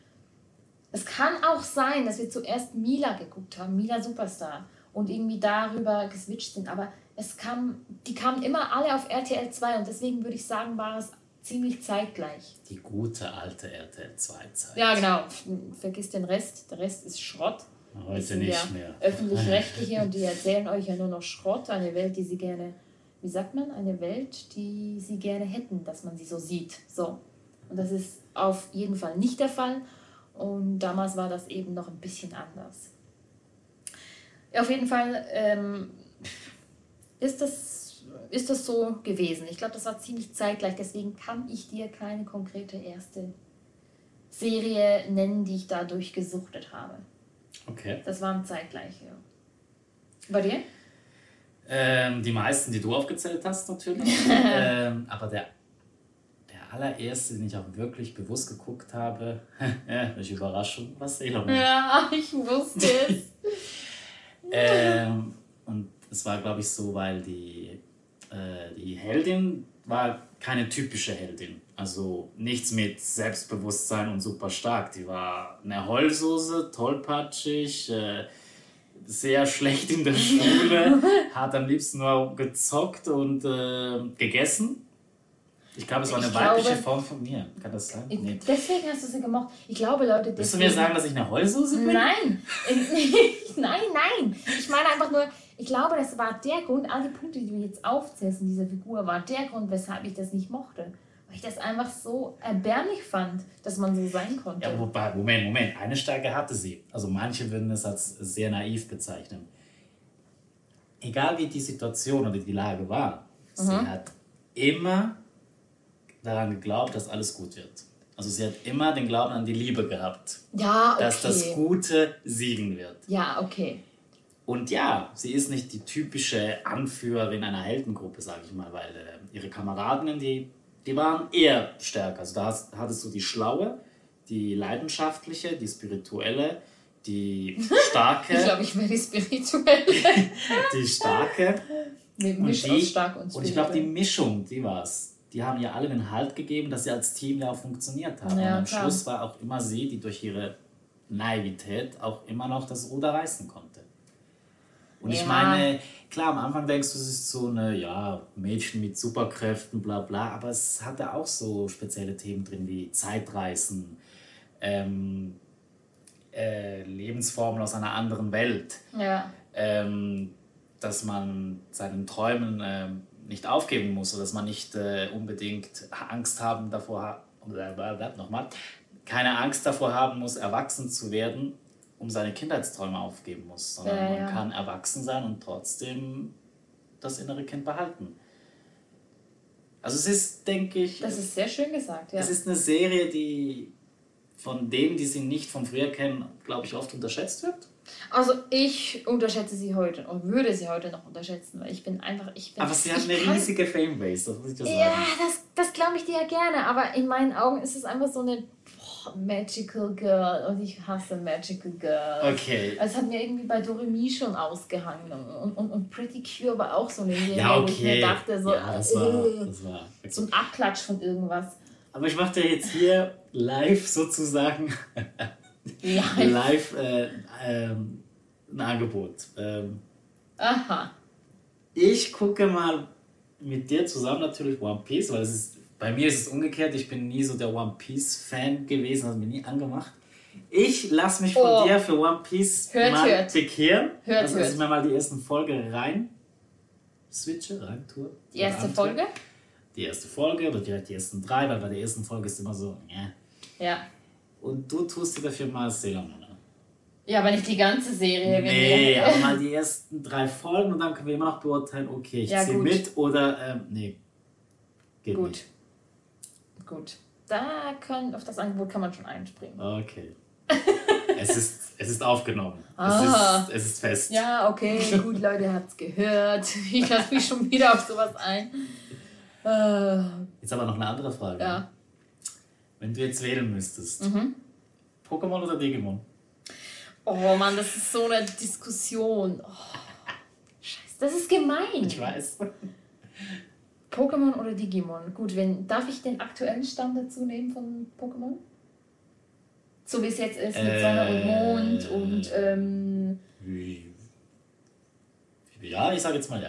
Es kann auch sein, dass wir zuerst Mila geguckt haben, Mila Superstar, und irgendwie darüber geswitcht sind. Aber es kam, die kamen immer alle auf R T L zwei und deswegen würde ich sagen, war es ziemlich zeitgleich. Die gute alte R T L zwei Zeit. Ja, genau. Vergiss den Rest. Der Rest ist Schrott. Heute sind nicht ja mehr. Öffentlich-rechtliche und die erzählen euch ja nur noch Schrott. Eine Welt, die sie gerne, wie sagt man, eine Welt, die sie gerne hätten, dass man sie so sieht. So. Und das ist auf jeden Fall nicht der Fall. Und damals war das eben noch ein bisschen anders. Auf jeden Fall ähm, ist das, ist das so gewesen. Ich glaube, das war ziemlich zeitgleich. Deswegen kann ich dir keine konkrete erste Serie nennen, die ich dadurch gesuchtet habe. Okay. Das waren zeitgleich, ja. Bei dir? Ähm, die meisten, die du aufgezählt hast, natürlich. ähm, aber der, der allererste, den ich auch wirklich bewusst geguckt habe, welche Überraschung, war Sailor Moon. Ja, ich wusste es. ähm, und es war, glaube ich, so, weil die, äh, die Heldin war keine typische Heldin. Also nichts mit Selbstbewusstsein und super stark. Die war eine Heulsuse, tollpatschig, äh, sehr schlecht in der Schule, hat am liebsten nur gezockt und äh, gegessen. Ich glaube, es war eine Ich weibliche glaube- Form von mir. Kann das sein? Ich, Nee. Deswegen hast du sie gemocht. Ich glaube, Leute, Willst du deswegen... mir sagen, dass ich eine Heulsuse bin? Nein, nein, nein. Ich meine einfach nur, ich glaube, das war der Grund, all die Punkte, die du jetzt aufzählst in dieser Figur, war der Grund, weshalb ich das nicht mochte. Weil ich das einfach so erbärmlich fand, dass man so sein konnte. Ja, wobei, Moment, Moment. Eine Stärke hatte sie. Also manche würden es als sehr naiv bezeichnen. Egal wie die Situation oder die Lage war, sie hat immer daran geglaubt, dass alles gut wird. Also sie hat immer den Glauben an die Liebe gehabt. Ja, okay. Dass das Gute siegen wird. Ja, okay. Und ja, sie ist nicht die typische Anführerin einer Heldengruppe, sage ich mal, weil äh, ihre Kameradinnen, die, die waren eher stärker. Also da hast, hattest du die Schlaue, die Leidenschaftliche, die Spirituelle, die Starke. Ich glaube, ich wäre die Spirituelle. Die Starke. Mit Und, Misch die, aus stark und und spirituell. ich glaube, die Mischung, die war es. Die haben ihr alle den Halt gegeben, dass sie als Team ja auch funktioniert haben. Ja, und am klar. Schluss war auch immer sie, die durch ihre Naivität auch immer noch das Ruder reißen konnte. Und ja. ich meine, klar, am Anfang denkst du, es ist so eine, ja, Mädchen mit Superkräften, bla bla, aber es hatte auch so spezielle Themen drin wie Zeitreisen, ähm, äh, Lebensformen aus einer anderen Welt. Ja. Ähm, dass man seinen Träumen äh, nicht aufgeben muss oder dass man nicht äh, unbedingt Angst haben davor hat, nochmal, keine Angst davor haben muss, erwachsen zu werden, um seine Kindheitsträume aufgeben muss, sondern Ja, man ja. kann erwachsen sein und trotzdem das innere Kind behalten. Also es ist, denke ich... Das ist sehr schön gesagt, ja. Es ist eine Serie, die von denen, die sie nicht von früher kennen, glaube ich, oft unterschätzt wird. Also ich unterschätze sie heute und würde sie heute noch unterschätzen, weil ich bin einfach... Ich bin, aber sie hat eine kann, riesige Fanbase, das muss ich dir sagen. Ja, das, das glaube ich dir ja gerne, aber in meinen Augen ist es einfach so eine boah, Magical Girl und ich hasse Magical Girls. Okay. Es hat mir irgendwie bei Doremi schon ausgehangen und, und, und Pretty Cure war auch so eine Serie, ja, okay. wo ich mir dachte, so, ja, das war, äh, das war okay. so ein Abklatsch von irgendwas. Aber ich mache dir jetzt hier live sozusagen live, live äh, ähm, ein Angebot. Ähm, Aha. Ich gucke mal mit dir zusammen natürlich One Piece, weil es ist, bei mir ist es umgekehrt. Ich bin nie so der One Piece Fan gewesen, hat mir nie angemacht. Ich lasse mich von oh. dir für One Piece hört, mal hört. bekehren. Hört, also, hört. dass ich mir mal die ersten Folge rein switche, rein tue. Die erste Folge? Die erste Folge oder direkt die ersten drei, weil bei der ersten Folge ist immer so, ja. Ja. Und du tust dir dafür mal Sailor Moon. Ja, aber nicht die ganze Serie. Nee, aber mal die ersten drei Folgen und dann können wir immer noch beurteilen, okay, ich ja, ziehe mit oder, ähm, nee. Geht gut. Nicht. Gut. Da können, auf das Angebot kann man schon einspringen. Okay. es, ist, es ist aufgenommen. Ah. Es, ist, es ist fest. Ja, okay, gut, Leute, ihr habt's gehört. Ich lasse mich schon wieder auf sowas ein. Äh, jetzt aber noch eine andere Frage. Ja. Wenn du jetzt wählen müsstest, mhm. Pokémon oder Digimon? Oh Mann, das ist so eine Diskussion. Oh, Scheiße, das ist gemein. Ich weiß. Pokémon oder Digimon? Gut, wenn, darf ich den aktuellen Stand dazu nehmen von Pokémon? So wie es jetzt ist, mit äh, Sonne und Mond und... Ähm, ja, ich sage jetzt mal ja.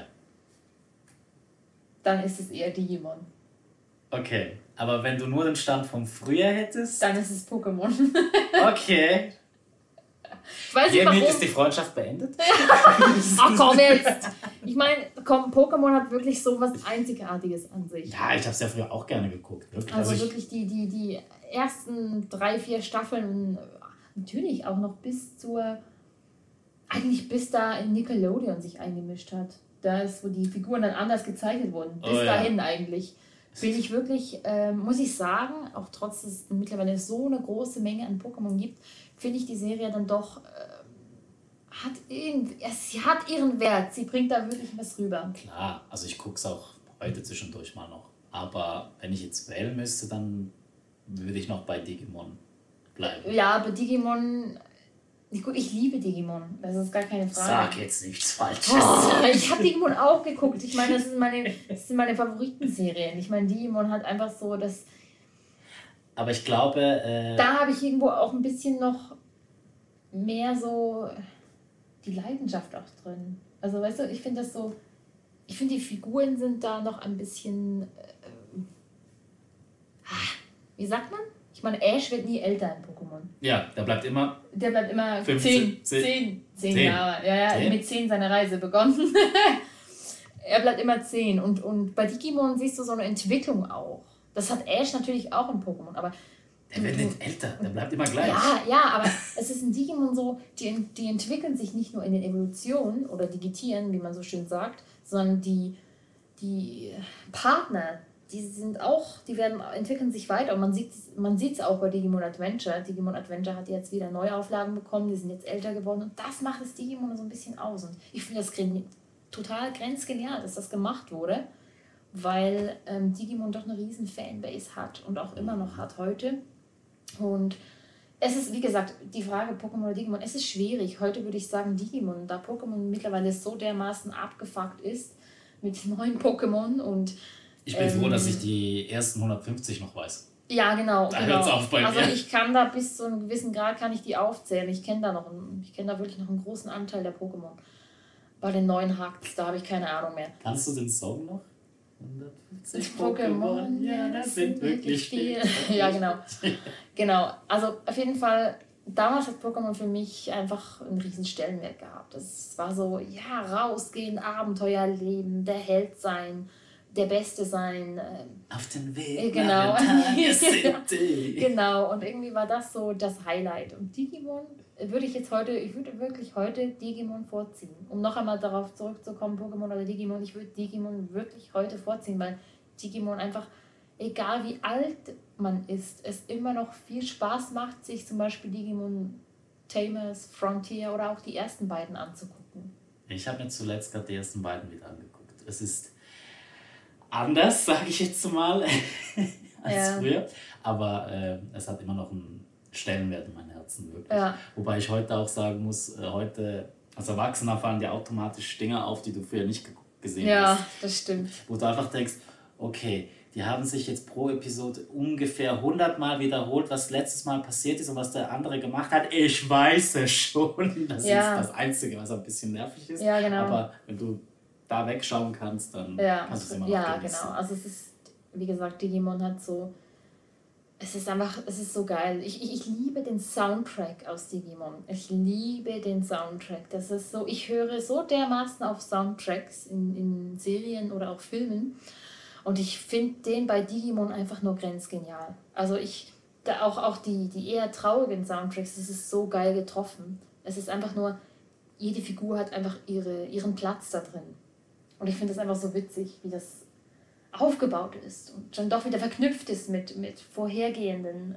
Dann ist es eher Digimon. Okay, aber wenn du nur den Stand von früher hättest... Dann ist es Pokémon. Okay. Ich weiß nicht, Hiermit warum. ist die Freundschaft beendet. Ach komm jetzt! Ich meine, komm, Pokémon hat wirklich so was Einzigartiges an sich. Ja, ich habe es ja früher auch gerne geguckt. Wirklich. Also, also wirklich die, die, die ersten drei, vier Staffeln, natürlich auch noch bis zur, eigentlich bis da in Nickelodeon sich eingemischt hat. Da ist, wo die Figuren dann anders gezeichnet wurden. Bis oh, dahin ja. eigentlich. Bin ich wirklich, äh, muss ich sagen, auch trotz dass es mittlerweile so eine große Menge an Pokémon gibt, finde ich die Serie dann doch, äh, hat irgendwie, sie hat ihren Wert. Sie bringt da wirklich was rüber. Klar, also ich gucke es auch heute zwischendurch mal noch. Aber wenn ich jetzt wählen müsste, dann würde ich noch bei Digimon bleiben. Ja, aber Digimon... Gut, ich liebe Digimon, das ist gar keine Frage. Sag jetzt nichts Falsches. Oh, ich habe Digimon auch geguckt. Ich meine, das sind meine, das sind meine Favoritenserien. Ich meine, Digimon hat einfach so das... Aber ich glaube... Äh, da habe ich irgendwo auch ein bisschen noch mehr so die Leidenschaft auch drin. Also weißt du, ich finde das so... Ich finde, die Figuren sind da noch ein bisschen... Äh, wie sagt man? Ich meine, Ash wird nie älter in Pokémon. Ja, der bleibt immer... Der bleibt immer fünfzehn, zehn, zehn, zehn Jahre. Ja, ja, zehn? Mit zehn seine Reise begonnen. Er bleibt immer zehn. Und, und bei Digimon siehst du so eine Entwicklung auch. Das hat Ash natürlich auch in Pokémon, aber... Der wird nicht älter, der bleibt immer gleich. Ja, ja, aber es ist in Digimon so, die, die entwickeln sich nicht nur in den Evolutionen oder digitieren, wie man so schön sagt, sondern die, die Partner, die sind auch, die werden, entwickeln sich weiter und man sieht man sieht es auch bei Digimon Adventure. Digimon Adventure hat jetzt wieder Neuauflagen bekommen, die sind jetzt älter geworden und das macht das Digimon so ein bisschen aus. Und ich finde das total grenzgenial, dass das gemacht wurde, weil ähm, Digimon doch eine riesen Fanbase hat und auch immer noch hat heute. Und es ist, wie gesagt, die Frage Pokémon oder Digimon, es ist schwierig. Heute würde ich sagen Digimon, da Pokémon mittlerweile so dermaßen abgefuckt ist mit neuen Pokémon und ich bin ähm, froh, dass ich die ersten hundertfünfzig noch weiß. Ja, genau. Da genau. hört es auf bei mir. Also ich kann da bis zu einem gewissen Grad kann ich die aufzählen. Ich kenne da noch einen, ich kenne da wirklich noch einen großen Anteil der Pokémon. Bei den neuen Hacks, da habe ich keine Ahnung mehr. Kannst du den Song noch? hundertfünfzig Pokémon, ja, das sind wirklich viel. Ja, genau. Genau, also auf jeden Fall, damals hat Pokémon für mich einfach einen riesen Stellenwert gehabt. Das war so, ja, rausgehen, Abenteuer erleben, der Held sein, der Beste sein. Ähm, Auf den Weg äh, genau. nach Ventania City. Genau, und irgendwie war das so das Highlight. Und Digimon würde ich jetzt heute, ich würde wirklich heute Digimon vorziehen. Um noch einmal darauf zurückzukommen, Pokémon oder Digimon, ich würde Digimon wirklich heute vorziehen, weil Digimon einfach, egal wie alt man ist, es immer noch viel Spaß macht, sich zum Beispiel Digimon Tamers, Frontier oder auch die ersten beiden anzugucken. Ich habe mir zuletzt gerade die ersten beiden wieder angeguckt. Es ist anders, sage ich jetzt mal, als ja. früher. Aber äh, es hat immer noch einen Stellenwert in meinem Herzen, wirklich. Ja. Wobei ich heute auch sagen muss, äh, heute als Erwachsener fallen dir automatisch Dinge auf, die du früher nicht ge- gesehen ja, hast. Ja, das stimmt. Wo du einfach denkst, okay, die haben sich jetzt pro Episode ungefähr hundert Mal wiederholt, was letztes Mal passiert ist und was der andere gemacht hat. Ich weiß es schon. Das ja. ist das Einzige, was ein bisschen nervig ist. Ja, genau. Aber wenn du da wegschauen kannst, dann ja. kannst du es immer noch Ja, genießen. genau. Also es ist, wie gesagt, Digimon hat so, es ist einfach, es ist so geil. Ich, ich, ich liebe den Soundtrack aus Digimon. Ich liebe den Soundtrack. Das ist so, ich höre so dermaßen auf Soundtracks in, in Serien oder auch Filmen. Und ich finde den bei Digimon einfach nur grenzgenial. Also ich, da auch, auch die, die eher traurigen Soundtracks, das ist so geil getroffen. Es ist einfach nur, jede Figur hat einfach ihre, ihren Platz da drin. Und ich finde das einfach so witzig, wie das aufgebaut ist und dann doch wieder verknüpft ist mit, mit vorhergehenden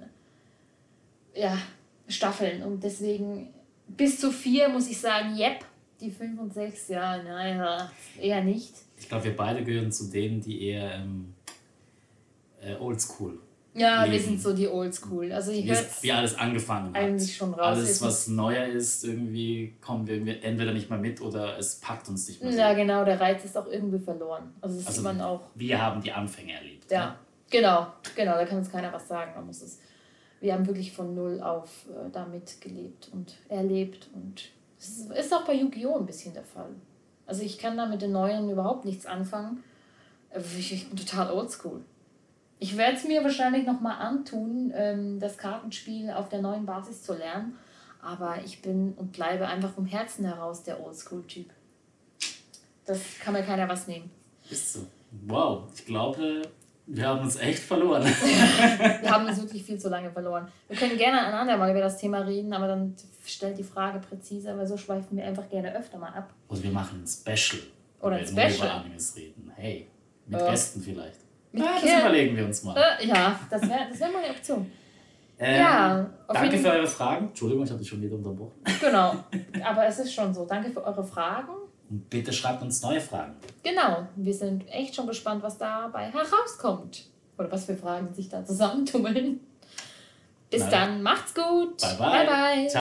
ja, Staffeln. Und deswegen bis zu vier muss ich sagen, yep, die fünf und sechs, ja, naja, eher nicht. Ich glaube, wir beide gehören zu denen, die eher ähm, äh, oldschool Ja, leben. Wir sind so die Oldschool. Also wie, wie alles angefangen hat. Eigentlich schon raus. Alles, was neuer ist, irgendwie kommen wir entweder nicht mehr mit oder es packt uns nicht mehr so. Ja, genau, der Reiz ist auch irgendwie verloren. Also das also sieht man auch. Wir haben die Anfänge erlebt. Ja, ne? genau, genau, da kann uns keiner was sagen. Man muss es, wir haben wirklich von null auf äh, damit gelebt und erlebt. Und das ist, ist auch bei Yu-Gi-Oh! Ein bisschen der Fall. Also ich kann da mit den Neuen überhaupt nichts anfangen. Ich, ich bin total oldschool. Ich werde es mir wahrscheinlich nochmal antun, ähm, das Kartenspiel auf der neuen Basis zu lernen. Aber ich bin und bleibe einfach vom Herzen heraus der Oldschool-Typ. Das kann mir keiner was nehmen. Bist du? Wow, ich glaube, wir haben uns echt verloren. Wir haben uns wirklich viel zu lange verloren. Wir können gerne ein andermal über das Thema reden, aber dann stellt die Frage präziser, weil so schweifen wir einfach gerne öfter mal ab. Oder wir machen ein Special. Oder ein Special. Nur über Animes reden. Hey, mit äh. Gästen vielleicht. Mit ja, das überlegen wir uns mal. Äh, ja, das wäre das wär mal eine Option. Ähm, ja, danke für eure Fragen. Entschuldigung, ich habe dich schon wieder unterbrochen. Genau, aber es ist schon so. Danke für eure Fragen. Und bitte schreibt uns neue Fragen. Genau, wir sind echt schon gespannt, was dabei herauskommt. Oder was für Fragen sich da zusammentummeln. Bis Nein. dann, macht's gut. Bye, bye. Bye, bye.